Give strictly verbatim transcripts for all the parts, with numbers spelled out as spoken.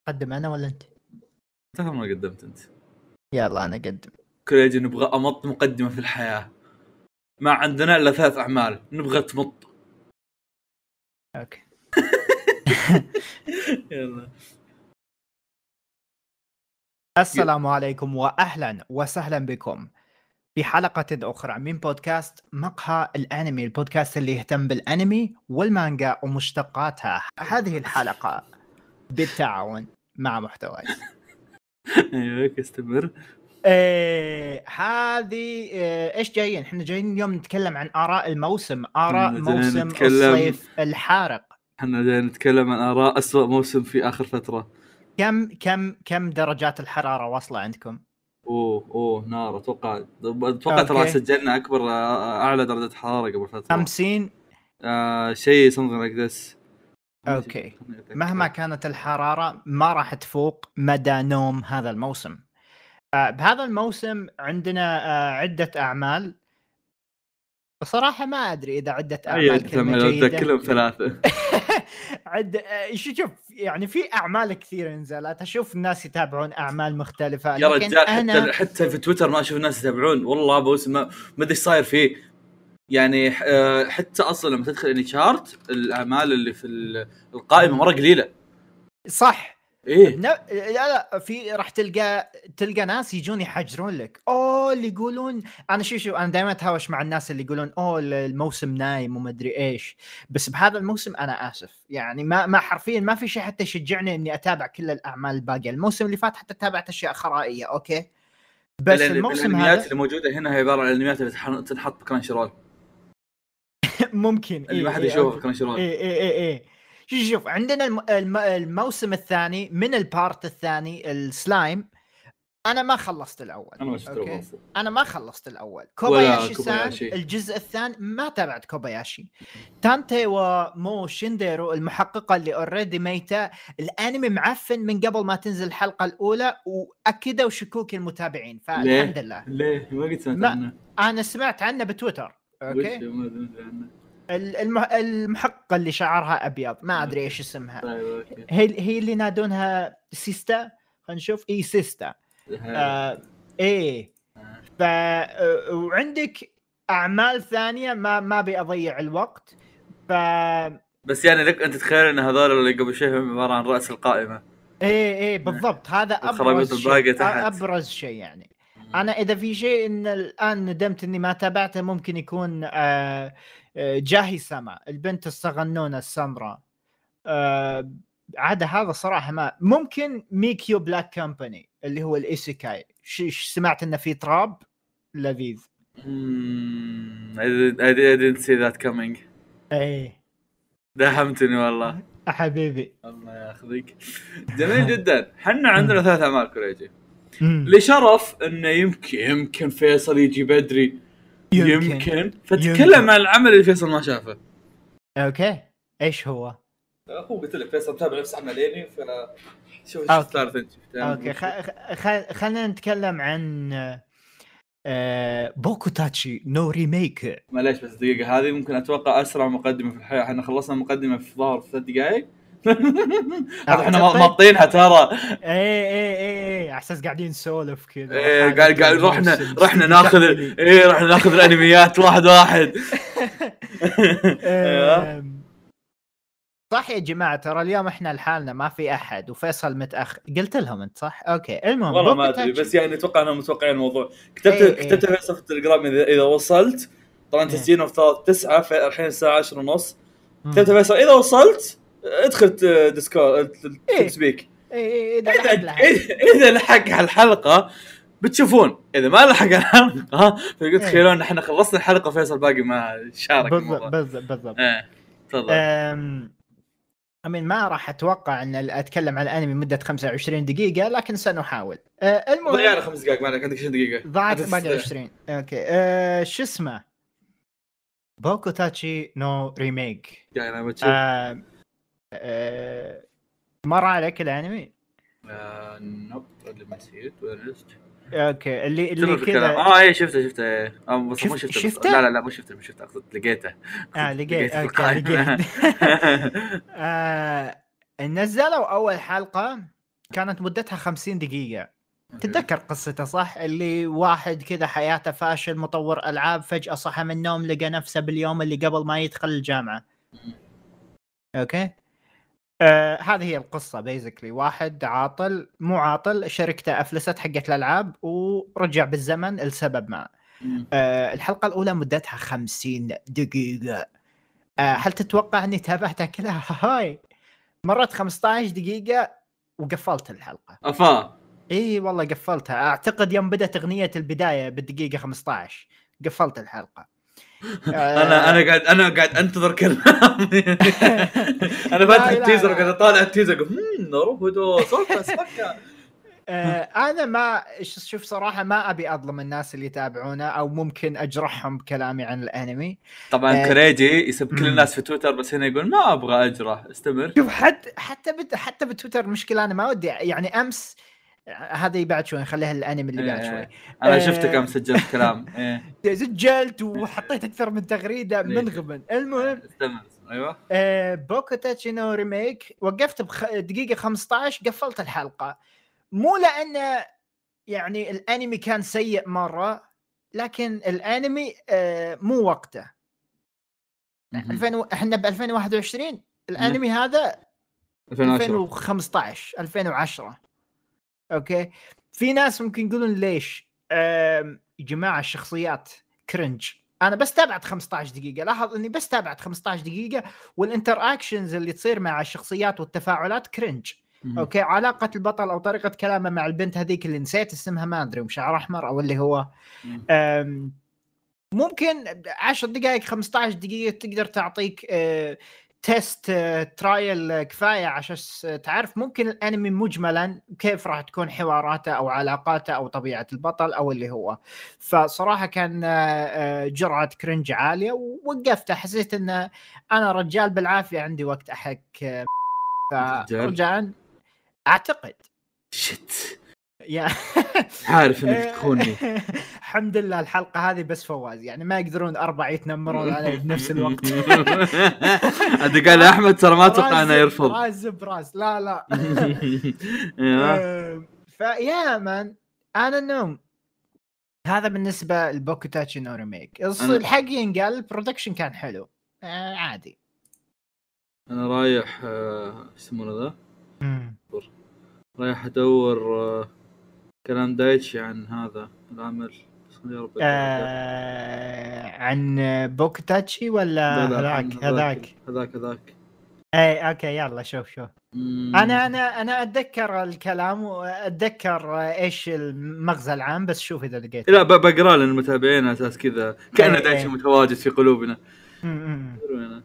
قدم انا ولا انت؟ تفهم ما قدمت انت. يلا انا اقدم. كريجي نبغى امط مقدمه في الحياه، ما عندنا الا ثلاث اعمال نبغى تمط. اوكي. يلا. السلام عليكم واهلا وسهلا بكم في حلقة أخرى من بودكاست مقهى الأنمي، البودكاست اللي يهتم بالأنمي والمانجا ومشتقاتها. هذه الحلقة بالتعاون مع محتوايز. ايوه استمر. إيه هذه إيه ايش جايين؟ احنا جايين اليوم نتكلم عن آراء الموسم، آراء إحنا جايين موسم نتكلم- الصيف الحارق. احنا جاي نتكلم عن اراء اسوأ موسم في اخر فتره. كم كم كم درجات الحرارة واصلة عندكم؟ اوه اوه نار. اتوقع اتوقع ترى أوكي. سجلنا اكبر اعلى درجه حراره قبل فتره. خمسين. آه شيء something like this. اوكي. مهما كانت الحرارة ما راح تفوق مدى نوم هذا الموسم. آه بهذا الموسم عندنا آه عدة أعمال. بصراحة ما أدري إذا عدة أعمال كلمة جيدة. كلهم ثلاثه. عد آه شوف يعني في أعمال كثيرة نزلت، أشوف الناس يتابعون أعمال مختلفة. يا لكن رجال أنا حتى حتى في تويتر ما اشوف الناس يتابعون والله موسم ما ادري ايش صاير فيه. يعني حتى اصلا لما تدخل اني شارت الاعمال اللي في القائمه مره قليله. صح. ايه لا لا في راح تلقى تلقى ناس يجون يحجرون لك، اوه اللي يقولون انا شو شو انا دائما اتهاوش مع الناس اللي يقولون اوه الموسم نايم وما ادري ايش. بس بهذا الموسم انا اسف، يعني ما ما حرفيا ما في شيء حتى يشجعني اني اتابع كل الاعمال الباقيه. الموسم اللي فات حتى تابعت اشياء خرائيه اوكي، بس الموسم الانميات هذا اللي موجوده هنا هي عباره عن الانميات اللي تنحط بكرانشي رول. ممكن اللي ما إيه حد إيه يشوفه بكرانشي رول. إيه إيه إيه إيه. شوف شوف عندنا الم... الم... الموسم الثاني من البارت الثاني السلايم. انا ما خلصت الاول. انا ما شفت أوكي. الاول. انا ما خلصت الاول. كوباياشي سان كوباياشي. الجزء الثاني ما تابعت كوباياشي. تانتي ومو شينديرو المحققه اللي اوريدي ميته، الانمي معفن من قبل ما تنزل الحلقه الاولى واكدوا شكوك المتابعين، فالحمد لله. ليه ما قد سمعت ما عنه؟ انا سمعت عنه بتويتر. اوكي. ما ادري عنه. المح... المحققه اللي شعرها ابيض ما ادري ايش اسمها. طيب اوكي. هي هي اللي نادونها سيستا. خلينا نشوف. اي سيستا. آه ايه. ف وعندك اعمال ثانيه ما ما ابي اضيع الوقت. ف بس يعني لك انت تتخيل ان هذول اللي قبل شيء هم عباره عن راس القائمه. ايه ايه بالضبط. هذا ابرز شيء. ابرز شيء يعني. انا اذا في شيء ان الان ندمت اني ما تابعته ممكن يكون آه جاهي سما البنت الصغنونه السمراء. آه عاد هذا صراحه ما ممكن. ميكيو بلاك كمباني اللي هو الايسيكاي. سمعت انه في تراب لذيذ. اممم I didn't see that coming. ايه دهمتني والله. حبيبي الله ياخذك. جميل جدا. حنا عندنا ثلاث اعمال كوريجي لشرف انه يمكن يمكن فيصل يجي بدري. يمكن, يمكن. فتكلم عن العمل اللي فيصل ما شافه. اوكي ايش هو؟ هو قلت لك فيصل تابع نفس عمليني فانا شوف شوف الثالث انت. اوكي خ... خ... خلينا نتكلم عن آه... بوكوتاتشي نو ريميك. معليش بس دقيقه، هذه ممكن اتوقع اسرع مقدمه في الحياه. احنا خلصنا المقدمه في ظهر في ثلاث دقائق. احنا ماطينها ترى. ايه ايه ايه على اساس قاعدين نسولف كذا. ايه قاعد قاعد رحنا رحنا ناخذ ايه رحنا ناخذ الانميات واحد واحد. صح يا جماعه ترى اليوم احنا لحالنا ما في احد وفيصل متاخر. قلت لهم انت صح؟ اوكي المهم والله ما ادري بس يعني اتوقع انهم متوقعين الموضوع. كتبت إيه كتبت في فيصل في التليجرام اذا اذا وصلت طبعا تسجيلنا في تسعة في الحين الساعه عشرة ونص. كتبت فيصل اذا وصلت ادخل ديسكورد تسبيك. ايه اذا اذا لحق على الحلقه بتشوفون، اذا ما لحق على الحلقه فقلت تخيلون احنا خلصنا الحلقه فيصل باقي ما شارك الموضوع. بالضبط بالضبط. ايه تفضل. امين ما راح اتوقع ان اتكلم عن الانمي مده خمسة وعشرين دقيقه لكن سنحاول. أه المهم ضيعنا خمس دقائق. ما عندك عندك عشرين دقيقه ضاعت باقي عشرين. اوكي أه شو اسمه بوكوتاتشي نو ريميك. يعني بتشوف أه أه مر عليك الانمي؟ آه نوب اللي مسيت ورست. اوكي اللي اللي كذا اه ايه شفته شفته ايه اه بس مو شفت شفته, شفته لا لا لا مو شفته مش شفته اقصد لقيته. اه لقيت اوكي لقيت. آه نزلوا اول حلقه كانت مدتها خمسين دقيقة. تتذكر قصته صح؟ اللي واحد كذا حياته فاشل مطور ألعاب، فجأة صحى من النوم لقى نفسه باليوم اللي قبل ما يدخل الجامعة. أوكي. آه، هذه هي القصة بيزيكلي. واحد عاطل، مو عاطل، شركته أفلست حقت الألعاب ورجع بالزمن لسبب ما. آه، الحلقة الأولى مدتها خمسين دقيقة. آه، هل تتوقع أني تابعتها كلها؟ هاي مرت خمسة عشر دقيقة وقفلت الحلقة. أفا اي والله قفلتها. اعتقد يوم بدأت اغنية البداية بالدقيقة خمسة عشر قفلت الحلقة. انا انا قاعد انا قاعد انتظر كلامي. انا فاتح التيزر وقاعد اطالع التيزر هم ناروتو صوت سكه. انا ما شوف صراحة ما ابي اظلم الناس اللي يتابعونا او ممكن اجرحهم بكلامي عن الانمي. طبعا آه كريجي يسب كل الناس في تويتر بس هنا يقول ما ابغى اجرح. استمر. شوف حتى حتى بت حتى بتويتر مشكلة انا ما ودي يعني امس هذا بعد شوي نخليها الانمي اللي بعد شوي. انا شفتك امس سجلت كلام. ايه سجلت وحطيت اكثر من تغريده من غبن. المهم استمر. ايوه آه بوكوتاتشي نو ريميك وقفت بدقيقه خمسة عشر قفلت الحلقه. مو لان يعني الانمي كان سيء مره، لكن الانمي آه مو وقته. ألفين و... احنا ب ألفين وواحد وعشرين الانمي هذا ألفين وخمسة عشر ألفين وعشرة. اوكي في ناس ممكن يقولون ليش يا جماعه الشخصيات كرنج. انا بس تابعت خمسة عشر دقيقه. لاحظ اني بس تابعت خمسة عشر دقيقه والانتر اكشنز اللي تصير مع الشخصيات والتفاعلات كرنج. اوكي علاقه البطل او طريقه كلامه مع البنت هذيك اللي نسيت اسمها ما ادري وشعر احمر او اللي هو ممكن عشر دقائق خمسة عشر دقيقه تقدر تعطيك أه تيست ترايل كفايه عشان تعرف ممكن الانمي مجملا كيف راح تكون حواراته او علاقاته او طبيعه البطل او اللي هو. فصراحه كان جرعه كرنج عاليه ووقفته. حسيت ان انا رجال بالعافيه عندي وقت احك. فرجعا اعتقد شت يا عارف انك تخونني. الحمد لله الحلقه هذه بس فواز يعني ما يقدرون اربعه يتنمرون علي بنفس الوقت. هذا قال احمد ترى ما اتوقع انه يرفض. راز براس لا لا. فيا مان انا النوم هذا بالنسبه لبوكوتاتشي نو ريميك. الحق ينقال البرودكشن كان حلو آه عادي. انا رايح ايش يسمونه ذا رايح ادور آه كلام دايتشي عن هذا العمل. آه عن بوكوتاتشي ولا هذاك هذاك هذاك هذاك اي اوكي يلا شوف شوف. مم. انا انا انا اتذكر الكلام واتذكر ايش المغزى العام بس شوف اذا لقيت. لا بقرا للمتابعين اساس كذا كأنه دايتشي متواجد في قلوبنا. امم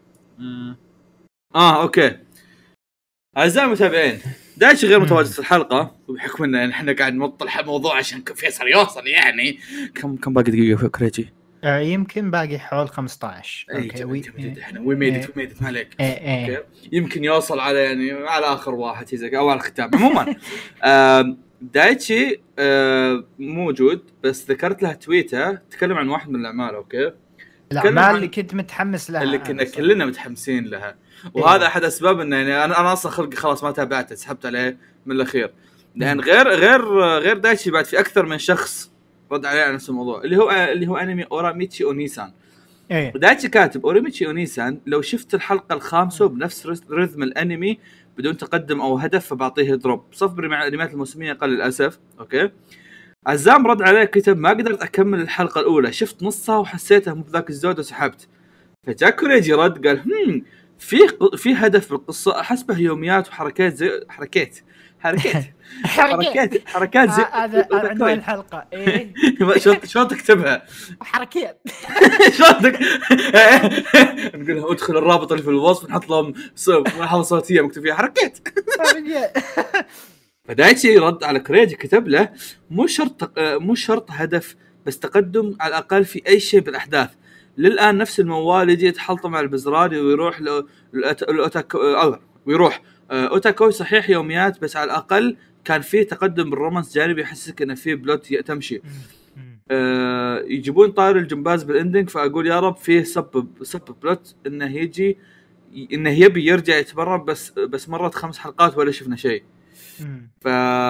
اه اوكي اعزائي المتابعين دايتشي غير متواجد في الحلقه وبحكم ان يعني احنا قاعد نطلع الموضوع عشان فيصل يوصل يعني كم كم باقي دقيقه في كريجي؟ آه يمكن باقي حول خمسة عشر. اوكي وي احنا وي ميد وي ميد مالك اوكي يمكن يوصل على يعني على اخر واحد زي او على الختام. عموما آه دايتشي آه موجود بس ذكرت له تويته تكلم عن واحد من الاعمال. اوكي الاعمال اللي كنت متحمس لها اللي كنا كلنا متحمسين لها وهذا إيه. احد اسباب ان يعني انا انا اصلا خلقي خلاص ما تابعته سحبت عليه من الاخير لان غير غير غير دايتشي بعد في اكثر من شخص رد عليه على نفس الموضوع اللي هو اللي هو انمي اوراميتشي اونيسان. ايه دايتشي كاتب اوراميتشي اونيسان لو شفت الحلقه الخامسه بنفس رذم الانمي بدون تقدم او هدف فبعطيه دروب صفر مع الانميات الموسميه قل للاسف. اوكي عزام رد عليه كتب ما قدرت اكمل الحلقه الاولى شفت نصها وحسيتها مو بذاك الزود وسحبت. فجاء كوريجي رد قال هم في في هدف بالقصه احسبه يوميات وحركات زي حركات حركات حركات حركات زي هذا عنوان الحلقه. ايه شلون شلون تكتبها حركات شلون نقولها ادخل الرابط اللي في الوصف نحط لهم ملاحظه صوتيه مكتوب فيها حركات. فدايتشي رد على كريجي كتب له مو شرط مو شرط هدف بس تقدم على الاقل في اي شيء بالاحداث. للآن نفس الموال يجي يتحلطم على البزراري ويروح لأوتاكو أو ويروح أوتاكو صحيح يوميات بس على الأقل كان فيه تقدم بالرومانس جانبي يحسسك إنه فيه بلوت تمشي. أه يجيبون طائر الجمباز بالإندنج فأقول يا رب فيه سبب سبب بلوت إنه يجي إنه يبي يرجع يتبرر بس بس مرت خمس حلقات ولا شفنا شيء. ف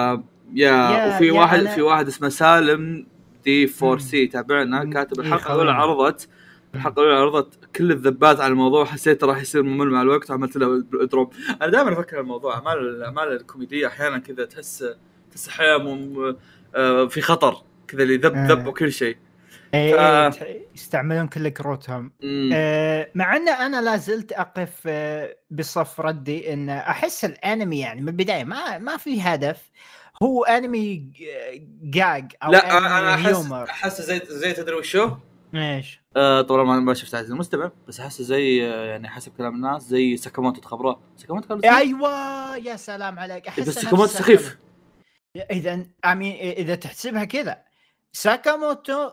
يا وفي واحد أنا... في واحد اسمه سالم دي فور سي تابعنا كاتب الحلقه الاولى عرضت الحلقه الاولى عرضت كل الذبات على الموضوع، حسيت راح يصير ممل مع الوقت وعملت له دروب. انا دائما افكر الموضوع اعمال الاعمال الكوميديه احيانا كذا تحس تحس احيانا في خطر كذا اللي ذب ذب وكل شيء ايه ف... يستعملون كل كروتهم. آه مع ان انا لا زلت اقف آه بصف ردي ان احس الانمي يعني من البدايه ما ما في هدف، هو انمي جاج او لا انا احس احس زي زي تدري وشو ايش آه طبعا ما شفت عزيز المستمع بس احس زي يعني حسب كلام الناس زي ساكاموتو تخبره ساكاموتو ايوه يا سلام عليك احس ساكاموتو سخيف. اذا امين اذا تحسبها كذا ساكاموتو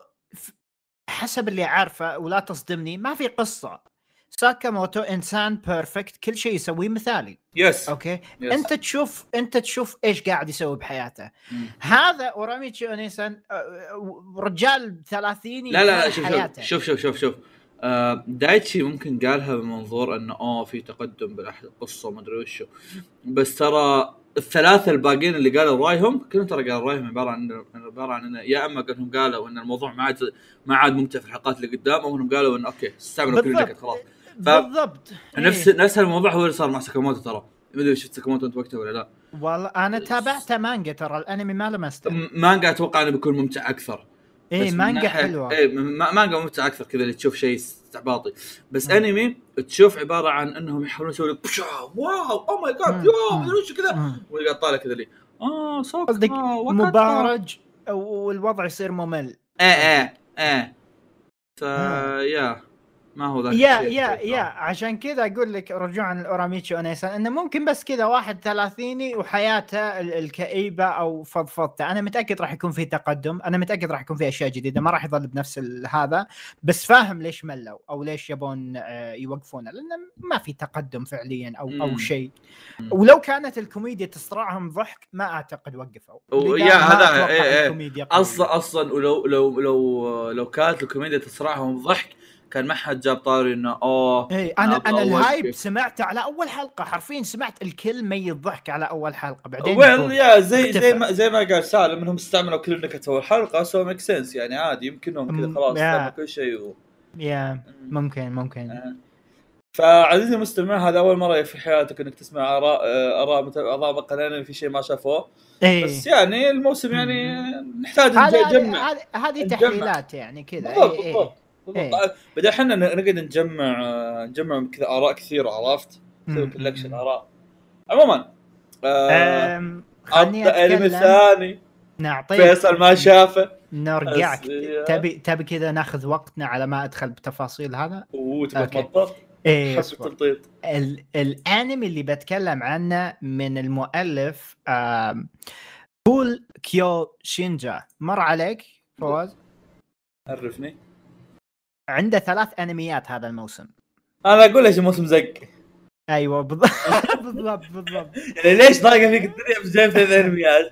حسب اللي عارفه ولا تصدمني ما في قصه. ساكاموتو انسان بيرفكت كل شيء يسويه مثالي. يس اوكي يس. انت تشوف انت تشوف ايش قاعد يسوي بحياته. مم. هذا اوراميتشي اونيسان رجال ثلاثيني لا لا شوف حياته. شوف شوف شوف شوف آه دايتشي ممكن قالها بمنظور انه اه في تقدم بالقصه ما ادري وشو، بس ترى الثلاثه الباقيين اللي قالوا رايهم كلهم ترى قالوا رايهم عباره عن عباره عن انه يا اما قالهم قالوا ان الموضوع ما عاد ما عاد ممتع في الحلقات اللي قدام، او انهم قالوا انه اوكي استعملوا كل الجكت خلاص. بالضبط نفس إيه؟ نفس الموضوع هو اللي صار مع ساكاموتو ترى. ما ادري شفت ساكاموتو انت وقتها ولا لا؟ والله انا تابعت مانجا ترى الانمي ما لمسته. مانجا اتوقع انه بيكون ممتع اكثر. ايه مانجا حلوه. ايه مانجا ممتع اكثر كذا اللي تشوف شيء استعباطي، بس م. انمي تشوف عباره عن انهم يحاولون يسوون لك واو او ماي جاد يو ما ادري كذا ويقعد طالع كذا لي اه صوت مبارج والوضع يصير ممل. ايه ايه ايه ف يا ما هو ذاك يا يا يا عشان كذا اقول لك رجوعا لاوراميتشي اونيسان انه ممكن بس كذا واحد ثلاثيني وحياته الكئيبه او فضفضته. انا متاكد راح يكون في تقدم، انا متاكد راح يكون في اشياء جديده، ما راح يظل بنفس هذا، بس فاهم ليش ملوا او ليش يبون يوقفونه لانه ما في تقدم فعليا او مم. او شيء. ولو كانت الكوميديا تصرعهم ضحك ما اعتقد وقفوا. يا هذا إيه إيه. اصلا اصلا ولو لو لو لو كانت الكوميديا تصرعهم ضحك كان ما حد جاب طاري انه اوه ايه انا انا الهايب سمعته على اول حلقه حرفيا سمعت الكل ميت ضحك على اول حلقه بعدين وين يا زي زي ما زي ما قال سالم انهم استعملوا كل النكت اول حلقه سو ميك سنس يعني عادي يمكنهم كذا خلاص استعملوا كل شيء و... يا ممكن ممكن آه. فعزيزي المستمع هذا اول مره في حياتك انك تسمع اراء اراء اعضاء بقناه في شيء ما شافوه إيه. بس يعني الموسم يعني نحتاج نجمع هذه تحليلات يعني كذا ايه ايه إيه. بدأ احنا نقدر نجمع نجمع كذا آراء كثير عرفت نسوي كولكشن آراء. عموما آه خليني أتكلم ثاني نعطيك فيصل ما شافه نرجع تبي تبي كذا ناخذ وقتنا على ما أدخل بتفاصيل هذا وتبغى تمطط ايه ال الانمي اللي بتكلم عنه من المؤلف كول كيو شينجا. مر عليك فواز؟ عرفني. عنده ثلاث انميات هذا الموسم. انا اقول ايش الموسم زق. ايوه بالضبط بالضبط بالضبط يعني ليش ضايقه فيك الدنيا بس جايب ثلاث انميات؟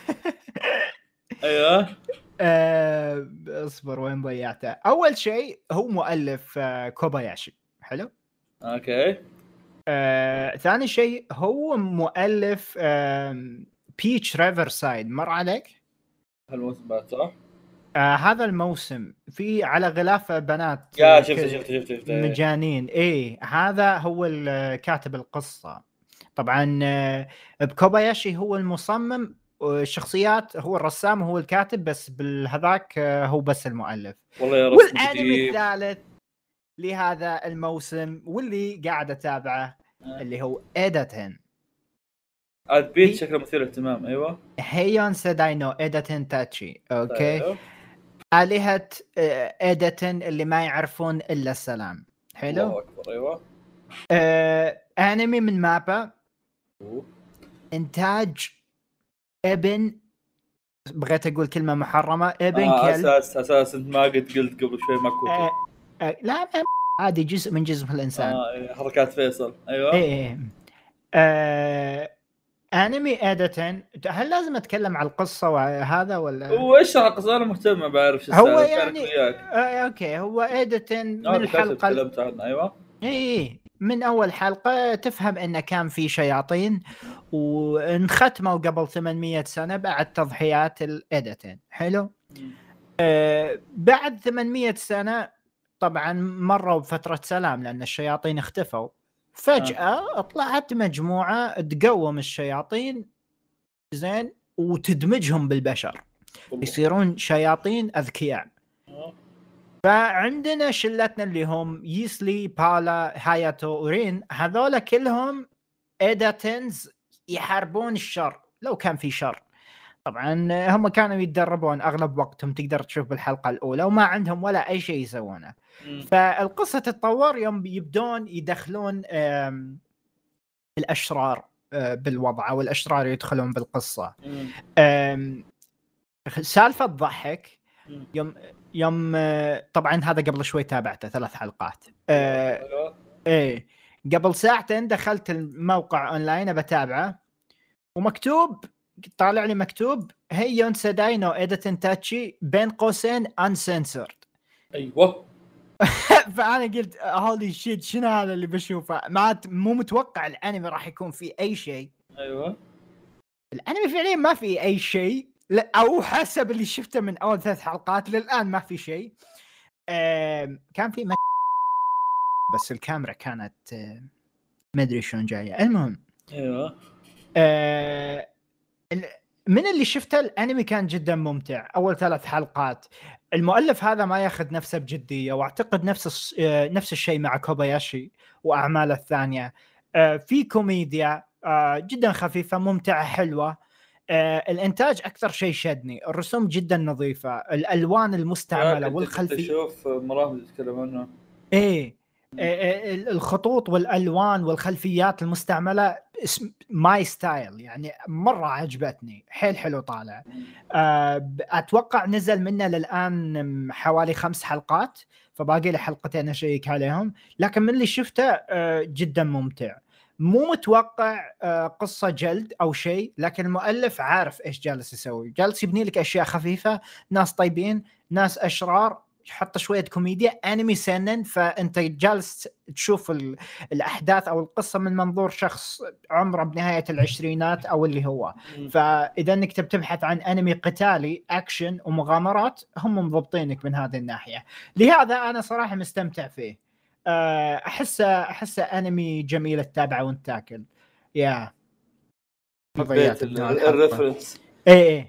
ايوه أه... اصبر وين ضيعته. اول شيء هو مؤلف آه كوباياشي. حلو اوكي. أه... ثاني شيء هو مؤلف آه... بيتش ريفرسايد. مر عليك هالموسم بعد صح؟ آه هذا الموسم في على غلاف بنات يا شفت شفت شفت شفت مجانين. ايه هذا هو كاتب القصة طبعا. آه بكوباياشي هو المصمم الشخصيات، هو الرسام هو الكاتب، بس بالهذاك آه هو بس المؤلف. والله يا رب. والانمي الثالث لهذا الموسم واللي قاعد اتابعه آه. اللي هو إيداتن. البيت شكله مثير اهتمام. ايوه هيون سيداينو إيداتن تاتشي. اوكي طيب. آلهة إيداتن اللي ما يعرفون إلا السلام. حلو الله أكبر. أيوة آه، أنمي من مابا. أوه. إنتاج ابن بغيت أقول كلمة محرمة ابن آه كلب. أساس أساس أنت ما قد قلت قبل شوي ما كنت آه آه لا عادي جزء من جزء الإنسان. آه حركات فيصل. أيوة إيه آه انمي إيداتن. هل لازم اتكلم على القصه وهذا ولا هو ايش القصه؟ انا مهتم ما بعرف شو هو يعني آه اوكي. هو إيداتن من الحلقه ال... ايوه اي من اول حلقه تفهم انه كان في شياطين وانختموا قبل ثمانمية سنة بعد تضحيات الإيدتين. حلو. آه بعد ثمانمية سنة طبعا مروا بفترة سلام لأن الشياطين اختفوا. فجأة آه. طلعت مجموعة تقوم الشياطين زين وتدمجهم بالبشر يصيرون شياطين أذكياء. آه. فعندنا شلتنا اللي هم يسلي بالا هاياتو ورين، هذولا كلهم إيداتينز يحاربون الشر لو كان في شر. طبعا هم كانوا يتدربون اغلب وقتهم، تقدر تشوف بالحلقه الاولى، وما عندهم ولا اي شيء يسوونه. فالقصه تتطور يوم يبدون يدخلون الاشرار بالوضع او الاشرار يدخلون بالقصه. سالفه تضحك يوم يوم طبعا هذا قبل شوي تابعته ثلاث حلقات. ايه قبل ساعتين دخلت الموقع اونلاين بتابعه ومكتوب طالع لي مكتوب هي سداينو إيديتن تاتشي بين قوسين uncensored. ايوه. فانا قلت هولي شيت شنو هذا اللي بشوفه؟ ما مو متوقع الانمي راح يكون فيه اي شيء. ايوه الانمي فعليا ما في اي شيء، او حسب اللي شفته من اول ثلاث حلقات للان ما في شيء. كان في مك... بس الكاميرا كانت ما ادري شلون جايه. المهم ايوه أه... من اللي شفته الانمي كان جدا ممتع. اول ثلاث حلقات المؤلف هذا ما ياخذ نفسه بجديه، واعتقد نفس نفس الشيء مع كوباياشي واعماله الثانيه. في كوميديا جدا خفيفه ممتعه حلوه. الانتاج اكثر شيء شدني، الرسوم جدا نظيفه، الالوان المستعمله والخلفيه. شوف مراهم يتكلم عنها. ايه الخطوط والالوان والخلفيات المستعمله ماي ستايل، يعني مره عجبتني، حيل حلو طالع. اتوقع نزل منه للان حوالي خمس حلقات، فباقي لي حلقتين اشيك عليهم، لكن من اللي شفته جدا ممتع. مو متوقع قصه جلد او شيء، لكن المؤلف عارف ايش جالس يسوي، جالس يبني لك اشياء خفيفه، ناس طيبين ناس اشرار، حط شويه كوميديا، انمي سنن، فانت جالس تشوف الاحداث او القصه من منظور شخص عمره بنهايه العشرينات او اللي هو. فاذا انك تبحث عن انمي قتالي اكشن ومغامرات، هم مضبطينك من هذه الناحيه. لهذا انا صراحه مستمتع فيه. احس احس انمي جميل تتابعه وانت تاكل. يا فضيات الريفرنس. ايه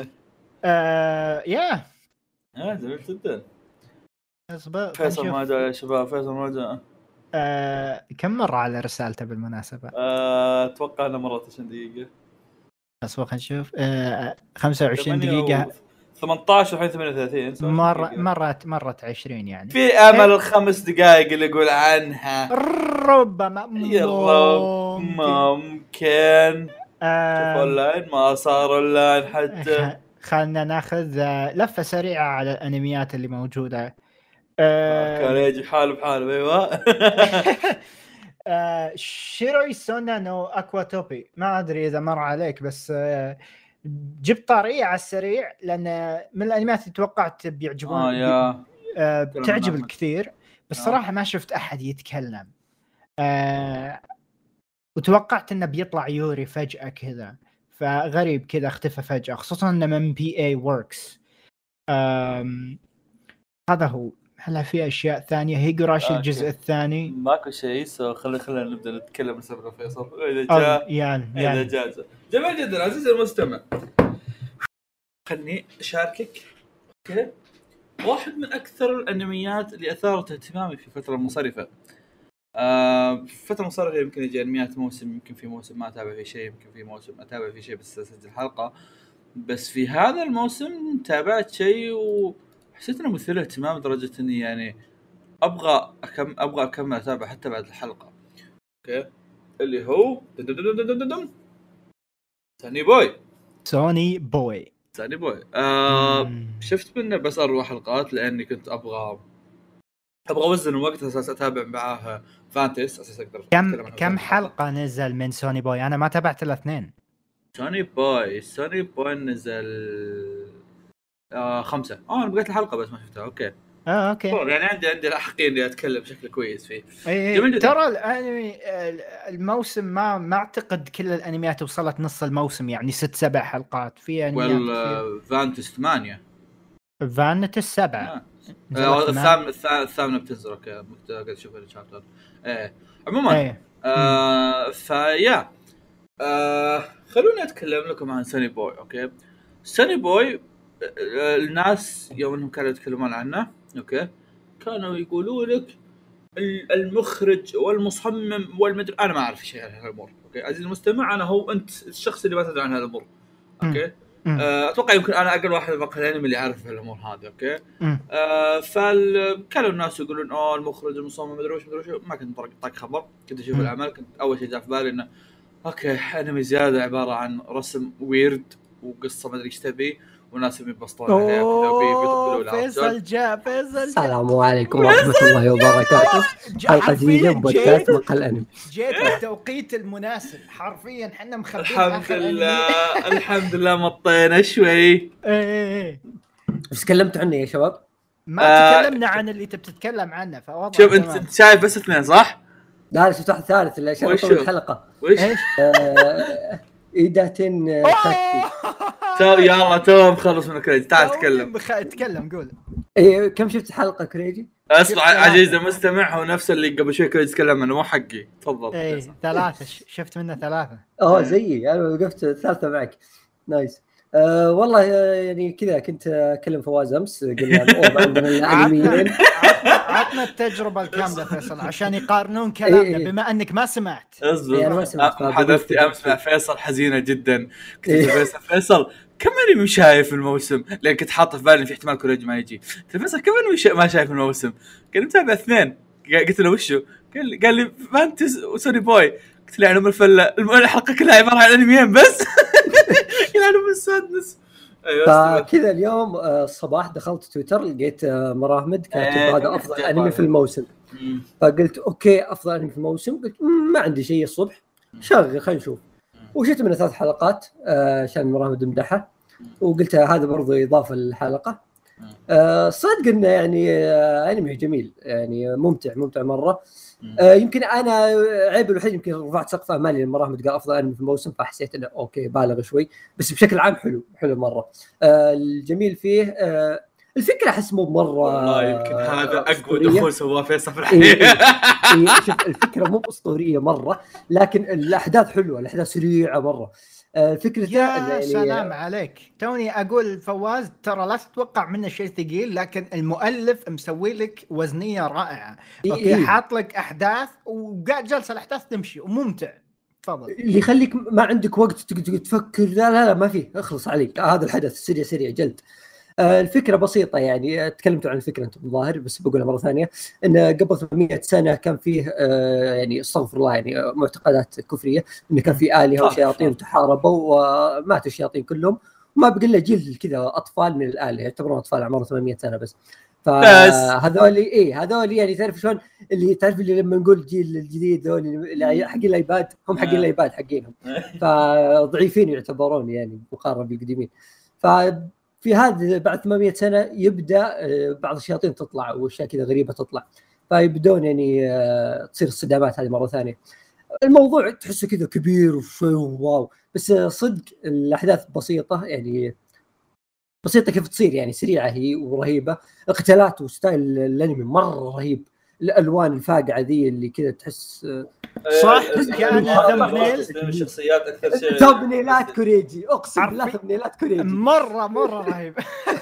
ايه يا اه جميل جدا. فيصل ما جاء يا شباب، فيصل ما جاء. آه، كم مرة على رسالته بالمناسبة؟ آه، أتوقع أنه مرت عشرين دقيقة. بس خلينا نشوف. آه، خمسة وعشرين دقيقة. ثمانية عشر وحين ثمانية وثلاثين. مرة مرت مرت عشرين يعني. في أمل الخمس دقائق اللي يقول عنها. ربما ممكن. آه شوف أونلاين ما صار أونلاين حتى. خلنا ناخذ لفة سريعة على الأنميات اللي موجودة. آه كان يجي حاله بحاله. ايوه. آه شيروي سونا نو اكواتوبي، ما ادري اذا مر عليك، بس آه جبت طاريه على السريع لان من الانميات اللي توقعت بيعجبون. آه يا آه بتعجب الكثير، بس صراحه آه. ما شفت احد يتكلم. آه وتوقعت انه بيطلع يوري فجاه كذا، فغريب كذا اختفى فجاه، خصوصا انه من بي اي وركس. هذا هو. هلا في اشياء ثانيه هيغوراشي الجزء الثاني ماكو شيء، سو خلي خلينا نبدا نتكلم نسبق فيصل اذا جاء. يعني اذا جاء جميل جدا. عزيزي المستمع، خلني اشاركك اوكي واحد من اكثر الانميات اللي اثارت اهتمامي في فتره منصرفه. آه فتره منصرفه يمكن يجي انميات موسم، يمكن في موسم ما اتابع فيه شيء، يمكن في موسم اتابع فيه شيء بس اسجل حلقه. بس في هذا الموسم تابعت شيء و حسيت انه مثير اهتمام لدرجه اني يعني ابغى أكم ابغى اكمل اتابع حتى بعد الحلقه. اوكي اللي هو سوني بوي. سوني بوي سوني بوي آه شفت منه بس اربع حلقات لاني كنت ابغى ابغى اوزن الوقت اساس اتابع معاه فانتس اساس اقدر. كم كم حلقه نزل من سوني بوي؟ انا ما تابعت الاثنين. سوني بوي سوني بوي نزل آه خمسة. اه انا بقيت الحلقه بس ما شفتها. اوكي اه اوكي يعني عندي عندي الحقين اني اتكلم بشكل كويس فيه. اي ترى الانمي الموسم ما ما اعتقد كل الانميات وصلت نص الموسم، يعني ست سبع حلقات في انميات كثير. فانتس ثمانية فانتس سبعة آه. الثامنة الثامنة بتنزل. اوكي قاعد اشوف الشابتر. ايه عموما ايه. آه فيا آه خلوني اتكلم لكم عن ساني بوي. اوكي ساني بوي الناس يوم انهم كانوا يتكلمون عنه اوكي كانوا يقولوا لك المخرج والمصمم والمدري، انا ما اعرف شيء عن هالامور. اوكي عزيزي المستمع، انا هو انت الشخص اللي ما تدري عن هالامور. اوكي آه اتوقع يمكن انا اقل واحد بقى الانمي اللي يعرف هالامور هذه. اوكي آه فكانوا الناس يقولون اه المخرج المصمم مدري وش مدري وش، ما كنت طاق خبر. كنت اشوف العمل، كنت اول شيء جاء في بالي انه اوكي انمي زياده عباره عن رسم ويرد وقصه ما ادري ايش تبي وناس يبسطون عليها كذا وبيقبلوا لها. فيصل جاء فيصل جاء. السلام عليكم ورحمه الله وبركاته. حلقه جديده بودكاست مقال الانمي. جيت التوقيت المناسب حرفيا، احنا مخبين الحمد لله الحمد لله مطينا شوي. ايه ايه ايش تكلمتوا عنه يا شباب؟ ما آه تكلمنا عن اللي تبي تتكلم عنه. فواضح شوف انت انت شايف بس اثنين صح؟ لا لا شفت واحد ثالث اللي عشان طول الحلقه. وش آه ايداتين تاكسي. تو يلا تو مخلص من كريجي، تعال تكلم. بخ... تكلم قول. ايه كم شفت حلقه كريجي؟ اسمع عزيزي المستمع، هو نفس اللي قبل شوي كريجي تكلم عنه، مو حقي. تفضل. ايه ثلاثه شفت منه ثلاثه. اه زيي انا وقفت الثالثه معك. نايس. أه والله يعني كذا كنت اكلم فواز امس قلنا اوه عندنا الانميين. عطنا التجربه الكامله فيصل عشان يقارنون كلامنا. إيه بما انك ما سمعت. اصبر ما سمعت. حدثتي امس مع فيصل حزينه جدا. كنت إيه. فيصل فيصل كم انمي شايف الموسم؟ لان كنت حاطه في بالي في احتمال كوريجي ما يجي. فيصل كم انمي ما شايف الموسم؟ قال متابع اثنين. قلت له وشو؟ قال قال لي فانتس وسوني بوي. قلت له يعني الفله الحلقه كلها عباره عن انميين بس. يعني بالسادس. فكذا اليوم الصباح دخلت تويتر لقيت مراهمد كاتب هذا افضل انمي في الموسم. فقلت اوكي افضل انمي في الموسم. قلت ما عندي شيء الصبح شغل خلينا نشوف. وشفت منه ثلاث حلقات عشان مراهمد مدحه، وقلت هذا برضو اضافه للحلقه. صدق انه يعني انمي جميل يعني ممتع ممتع مره. آه يمكن انا عيب الوحيد يمكن رفعت سقف امالي لما رحمت قال افضل انمي في الموسم، فحسيت انه اوكي بالغ شوي، بس بشكل عام حلو حلو مره. آه الجميل فيه آه الفكره احس مو مره والله يمكن هذا اقوى دخول سواه فيصل في الحياه. إيه إيه شوف الفكره مو اسطوريه مره، لكن الاحداث حلوه، الاحداث سريعه مره. فكرة يا يعني سلام عليك. توني اقول فواز ترى لا تتوقع منه شيء ثقيل، لكن المؤلف مسوي لك وزنيه رائعه. إيه اوكي إيه. حاط لك احداث وقاعد جالسه الاحداث تمشي وممتع. تفضل. اللي يخليك ما عندك وقت تقعد تفكر. لا لا لا ما في، اخلص عليك هذا الحدث سريع سريع جلد. آه الفكره بسيطه يعني تكلمتوا عن الفكره انتم الظاهر، بس بقولها مره ثانيه ان قبل ثمانمئة سنه كان فيه آه يعني استغفر الله يعني معتقدات كفريه ان كان في الهه وشياطين تحاربوا وماتوا الشياطين كلهم، وما بقى الا جيل كذا اطفال من الالهه يعتبرون اطفال اعمارهم ثمانمئة سنه بس. فهذول ايه هذول يعني تعرف شلون اللي تعرف اللي لما نقول الجيل الجديد ذول اللي حق الايباد هم حق الايباد حقينهم، فضعيفين يعتبرون يعني مقارنه بالقديمين. ف في هذا بعد ثمانمئة سنه يبدا بعض الشياطين تطلع واشياء كذا غريبه تطلع، فيبدون يعني تصير الصدامات هذه مره ثانيه. الموضوع تحسه كذا كبير وشوي واو، بس صدق الاحداث بسيطه يعني بسيطه كيف تصير يعني سريعه هي ورهيبه. القتالات وستايل الانمي مره رهيب، الالوان الفاقعه ذي اللي كذا تحس صح كان ثمبنيل الشخصيات اكثر شيء ثمبنيلات كوريجي اقسم بالله ثمبنيلات كوريجي مره مره رهيب.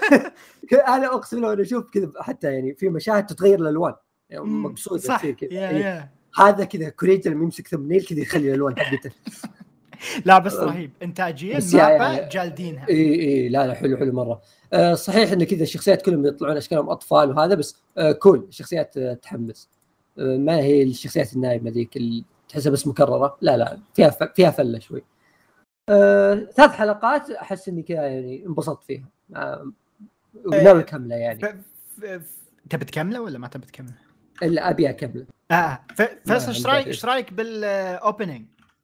انا اقسم لو انا اشوف كذا حتى يعني في مشاهد تتغير الالوان يعني مبسوط تصير كذا يعني هذا كذا كوريجي لما يمسك ثمبنيل كذا يخلي الالوان حقته. لا بس رهيب انتاجيا مابا جالدينها. اي اي لا لا حلو حلو مره. أه صحيح ان كذا الشخصيات كلهم يطلعون اشكالهم اطفال وهذا، بس أه كول الشخصيات أه تحمس. أه ما هي الشخصيات النايمه ذيك اللي تحسها بس مكرره، لا لا فيها ف... فيها فله شوي. أه ثلاث حلقات احس اني كذا يعني انبسطت فيها أه وناوي كامله يعني. تبي تكمله ولا ما تبي تكمله؟ الا ابي اكمله. اه فيصل ايش رايك ايش رايك بالاوبننج؟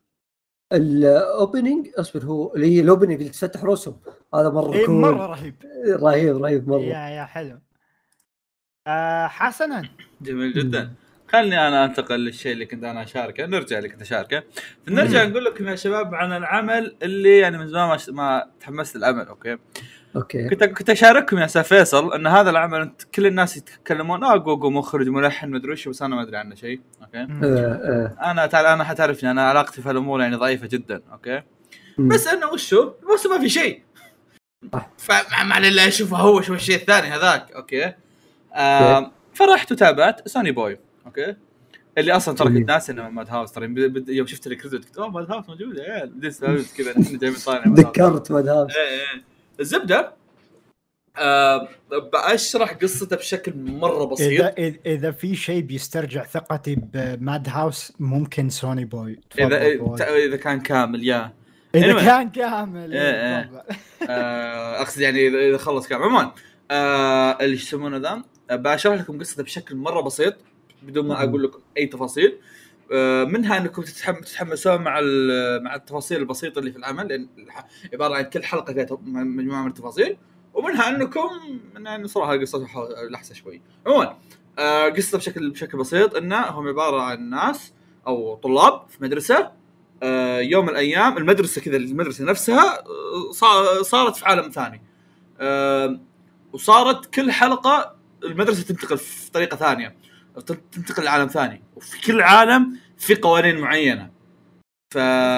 الاوبننج اصبر هو اللي هي الاوبننج اللي تفتح رؤوسهم هذا مره إيه مره رهيب رهيب رهيب مره يا يا حلو. آه حسنا، جميل جدا. خلني انا انتقل للشيء اللي كنت انا اشاركه، نرجع اللي كنت اشاركه. فنرجع نقول لكم يا شباب عن العمل اللي يعني من زمان ما تحمست العمل. اوكي اوكي كنت كنت اشارككم يا استاذ فيصل ان هذا العمل كل الناس يتكلمون اه جوجو مخرج ملحن ما ادري ايش، بس انا ما ادري عنه شيء. اوكي أه أه. انا تعال انا حتعرفني انا علاقتي في الامور يعني ضعيفه جدا. اوكي م. بس انه وشو بس ما في شيء فما الا اشوفه هو شو الشيء الثاني هذاك. اوكي آه فرحت وتابعت سوني بوي. اوكي اللي اصلا تركت الناس انه ماد هاوس ترى يوم شفت الكريدت قلت اوه ماد هاوس موجود يا عيال بدي سالت كذا احنا جاي من طالع ذكرت ماد هاوس. ايه ايه الزبده أه بأشرح قصته بشكل مرة بسيط. إذا إذا في شيء بيسترجع ثقتي بماد هاوس ممكن سوني بوي. إذا بوي. إذا كان كامل يا إذا anyway. كان كامل إيه إيه. أه أقصد يعني إذا خلص كامل. عموما أه اللي يسمونه ذا بأشرح لكم قصته بشكل مرة بسيط بدون ما أقول لكم أي تفاصيل. أه منها أنكم تتحمسون مع مع التفاصيل البسيطة اللي في العمل لأن عبارة عن كل حلقة فيها مجموعة من التفاصيل، ومنها انكم يعني صراحه قصته لحسه شوي. عموما آه قصته بشكل بشكل بسيط انه هم عباره عن ناس او طلاب في مدرسه. آه يوم من الايام المدرسه كذا المدرسه نفسها صارت في عالم ثاني. آه وصارت كل حلقه المدرسه تنتقل في طريقه ثانيه، تنتقل لعالم ثاني، وفي كل عالم في قوانين معينه. ف